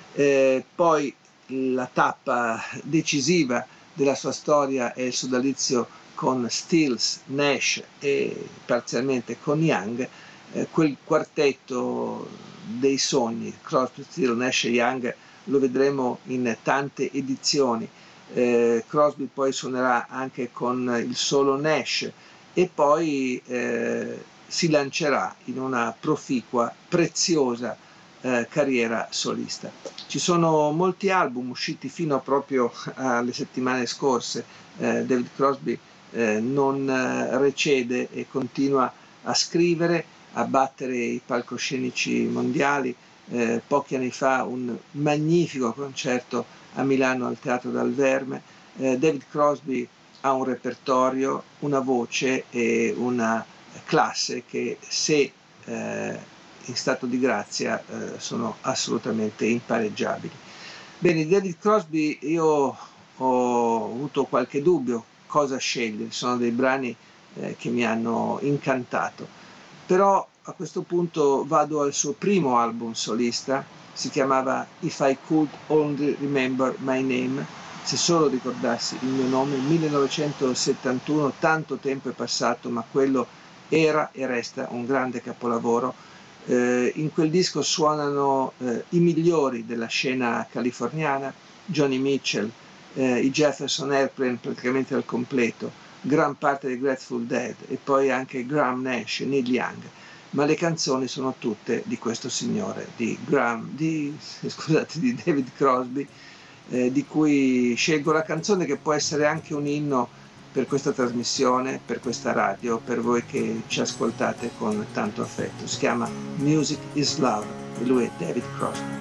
Poi la tappa decisiva della sua storia è il sodalizio con Stills, Nash e parzialmente con Young, quel quartetto dei sogni, Crosby, Stills, Nash e Young, lo vedremo in tante edizioni. Crosby poi suonerà anche con il solo Nash e poi si lancerà in una proficua, preziosa carriera solista. Ci sono molti album usciti fino proprio alle settimane scorse. David Crosby non recede e continua a scrivere, a battere i palcoscenici mondiali. Pochi anni fa un magnifico concerto a Milano al Teatro Dal Verme. David Crosby ha un repertorio, una voce e una classe che, se in stato di grazia, sono assolutamente impareggiabili. Bene, di David Crosby io ho avuto qualche dubbio cosa scegliere, sono dei brani che mi hanno incantato, però a questo punto vado al suo primo album solista, si chiamava If I Could Only Remember My Name, se solo ricordassi il mio nome, 1971, tanto tempo è passato, ma quello era e resta un grande capolavoro. In quel disco suonano i migliori della scena californiana, Johnny Mitchell, i Jefferson Airplane praticamente al completo, gran parte dei Grateful Dead e poi anche Graham Nash e Neil Young, ma le canzoni sono tutte di questo signore, di David Crosby, di cui scelgo la canzone che può essere anche un inno per questa trasmissione, per questa radio, per voi che ci ascoltate con tanto affetto. Si chiama Music is Love e lui è David Crosby.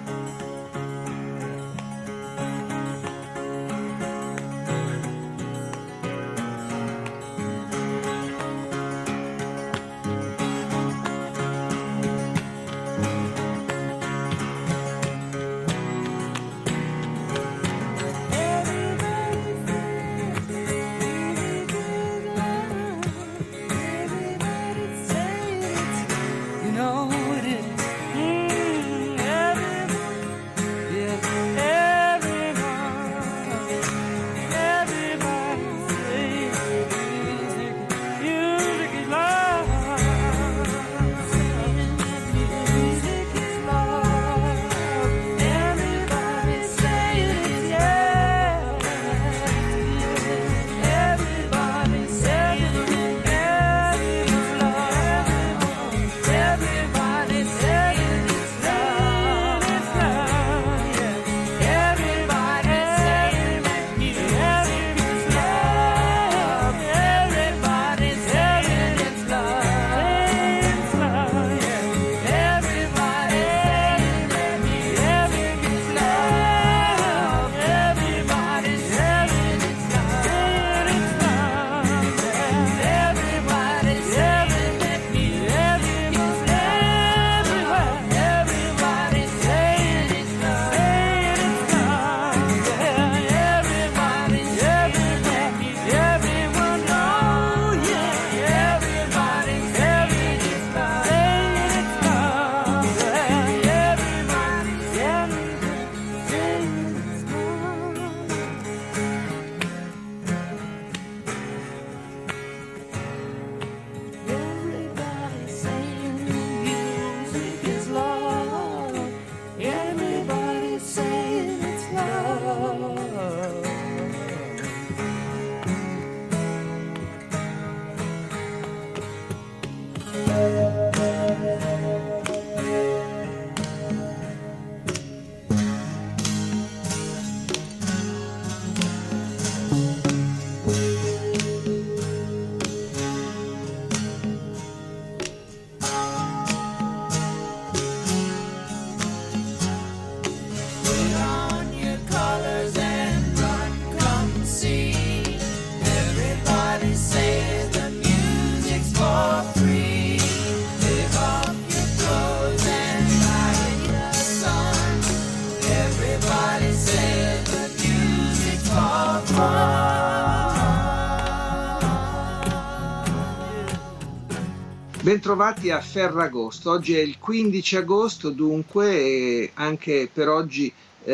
Bentrovati a Ferragosto, oggi è il 15 agosto dunque e anche per oggi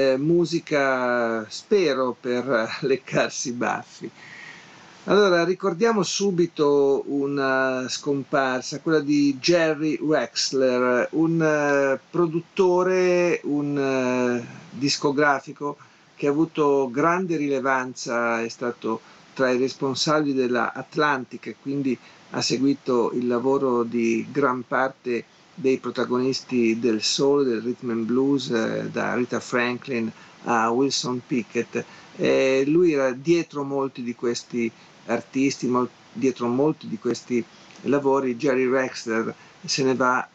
musica spero per leccarsi i baffi. Allora ricordiamo subito una scomparsa, quella di Jerry Wexler, un produttore, un discografico che ha avuto grande rilevanza, è stato tra i responsabili della Atlantic e quindi ha seguito il lavoro di gran parte dei protagonisti del soul, del rhythm and blues, da Rita Franklin a Wilson Pickett. Lui era dietro molti di questi artisti, dietro molti di questi lavori. Jerry Wexler se ne va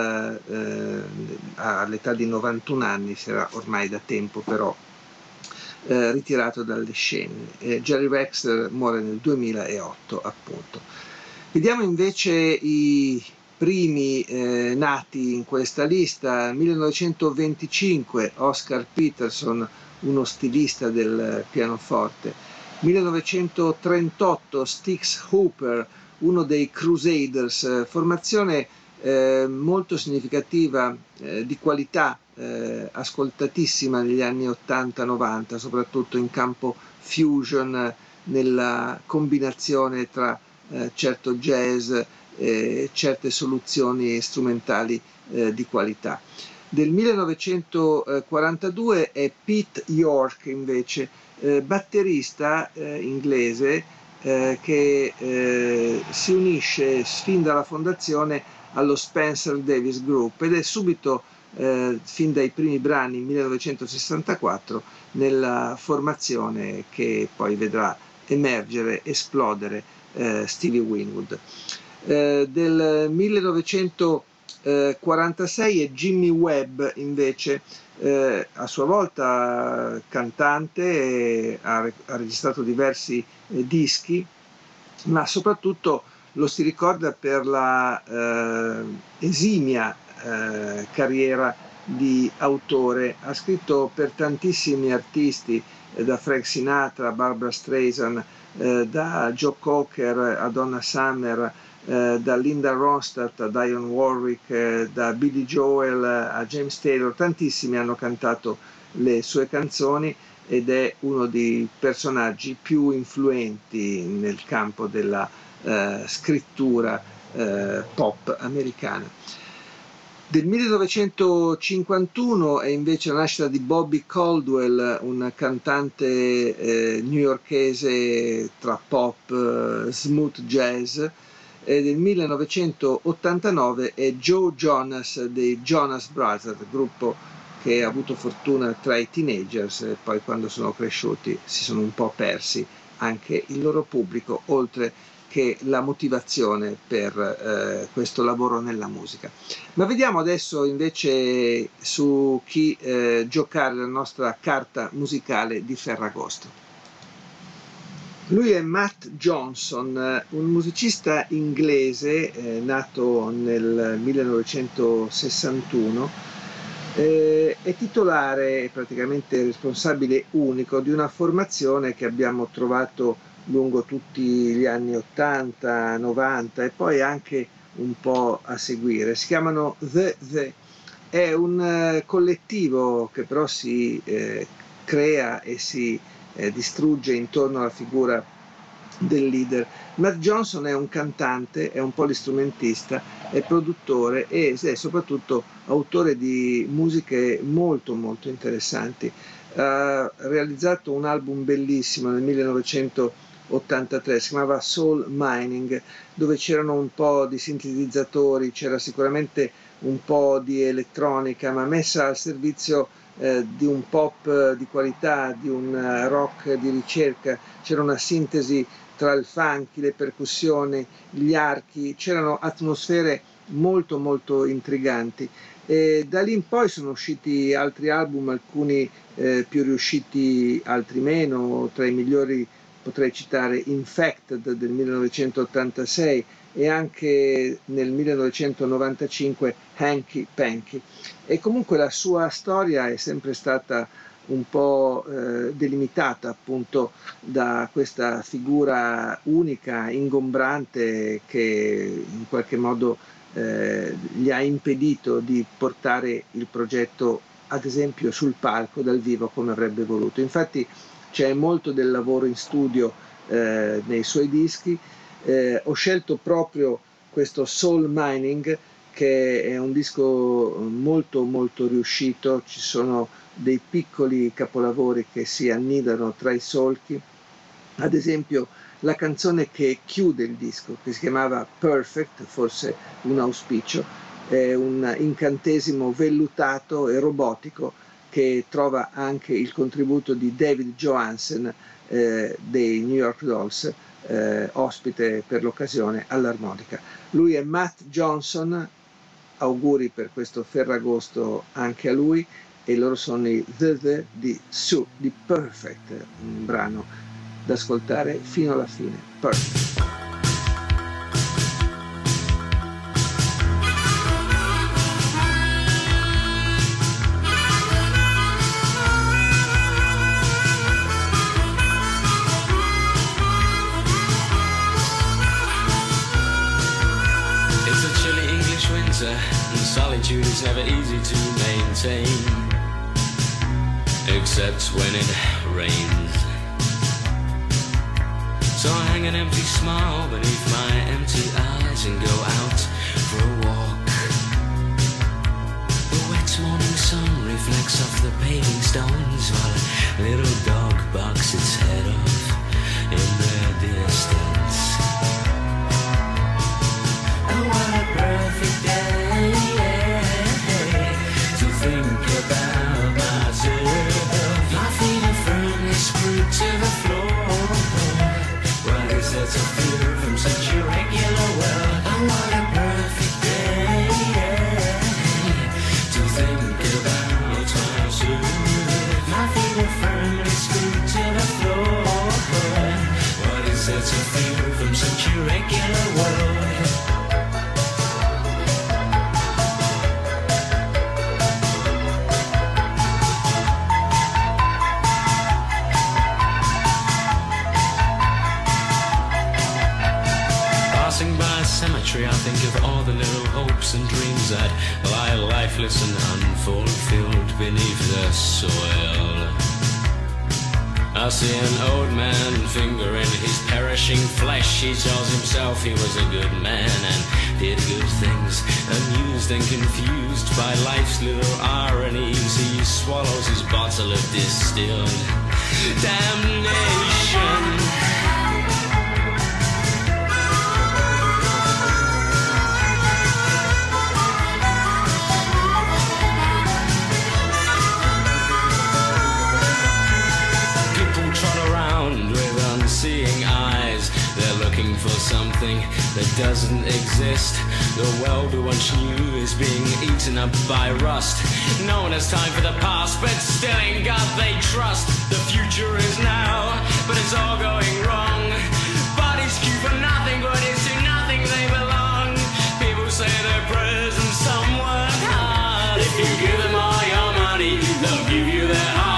all'età di 91 anni, si era ormai da tempo però ritirato dalle scene. Jerry Wexler muore nel 2008 appunto. Vediamo invece i primi nati in questa lista. 1925 Oscar Peterson, uno stilista del pianoforte. 1938 Styx Hooper, uno dei Crusaders, formazione molto significativa, di qualità, ascoltatissima negli anni 80-90, soprattutto in campo fusion, nella combinazione tra certo jazz, certe soluzioni strumentali di qualità. Del 1942 è Pete York invece, batterista inglese, che si unisce fin dalla fondazione allo Spencer Davis Group ed è subito, fin dai primi brani 1964, nella formazione che poi vedrà emergere, esplodere Stevie Winwood. Del 1946 è Jimmy Webb invece, a sua volta cantante, ha registrato diversi dischi, ma soprattutto lo si ricorda per la esimia carriera di autore. Ha scritto per tantissimi artisti, da Frank Sinatra a Barbra Streisand, da Joe Cocker a Donna Summer, da Linda Ronstadt a Dionne Warwick, da Billy Joel a James Taylor. Tantissimi hanno cantato le sue canzoni ed è uno dei personaggi più influenti nel campo della scrittura pop americana. Del 1951 è invece la nascita di Bobby Caldwell, un cantante newyorkese tra pop, smooth jazz, e del 1989 è Joe Jonas dei Jonas Brothers, gruppo che ha avuto fortuna tra i teenagers e poi quando sono cresciuti si sono un po' persi anche il loro pubblico, oltre che la motivazione per questo lavoro nella musica. Ma vediamo adesso invece su chi giocare la nostra carta musicale di Ferragosto. Lui è Matt Johnson, un musicista inglese nato nel 1961, è titolare, praticamente responsabile unico di una formazione che abbiamo trovato lungo tutti gli anni 80, 90 e poi anche un po' a seguire. Si chiamano The. È un collettivo che però si crea e si distrugge intorno alla figura del leader. Matt Johnson è un cantante, è un polistrumentista, è produttore e è soprattutto autore di musiche molto molto interessanti. Ha realizzato un album bellissimo nel 1983, si chiamava Soul Mining, dove c'erano un po' di sintetizzatori, c'era sicuramente un po' di elettronica, ma messa al servizio di un pop di qualità, di un rock di ricerca. C'era una sintesi tra il funky, le percussioni, gli archi, c'erano atmosfere molto molto intriganti. E da lì in poi sono usciti altri album, alcuni più riusciti, altri meno. Tra i migliori potrei citare Infected del 1986 e anche nel 1995 Hanky Panky. E comunque la sua storia è sempre stata un po' delimitata appunto da questa figura unica, ingombrante, che in qualche modo gli ha impedito di portare il progetto ad esempio sul palco dal vivo come avrebbe voluto. Infatti c'è molto del lavoro in studio nei suoi dischi. Ho scelto proprio questo Soul Mining, che è un disco molto molto riuscito. Ci sono dei piccoli capolavori che si annidano tra i solchi, ad esempio la canzone che chiude il disco, che si chiamava Perfect, forse un auspicio, è un incantesimo vellutato e robotico che trova anche il contributo di David Johansen dei New York Dolls, ospite per l'occasione all'armonica. Lui è Matt Johnson, auguri per questo Ferragosto anche a lui, e loro sono i The di Sue di Perfect, un brano da ascoltare fino alla fine. Perfect. It's a chilly English winter, and solitude is never easy to maintain, except when it rains. So I hang an empty smile beneath my empty eyes and go out for a walk. The wet morning sun reflects off the paving stones while a little dog barks its head off in the distance. hopes and dreams that lie lifeless and unfulfilled beneath the soil. I see an old man fingering his perishing flesh. He tells himself he was a good man and did good things. Amused and confused by life's little ironies, he swallows his bottle of distilled damnation. Seeing eyes, they're looking for something that doesn't exist. The world we once knew is being eaten up by rust. No one has time for the past, but still in God they trust. The future is now, but it's all going wrong. Bodies queue for nothing, but it's to nothing they belong. People say their prayers and some work hard. If you give them all your money, they'll give you their hearts.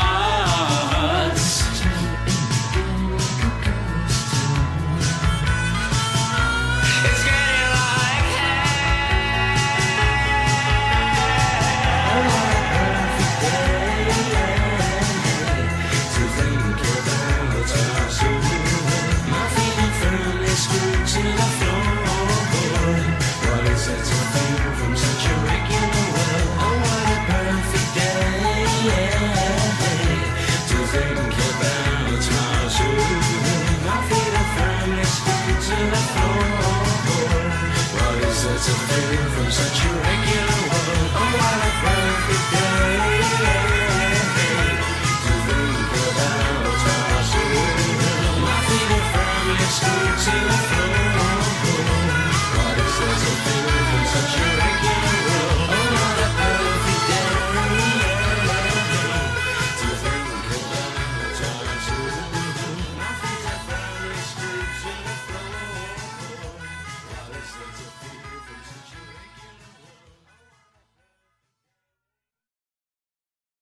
To feel from such a regular world. Oh, what a perfect day to think about our soul. My feet are firmly screwed to the floor.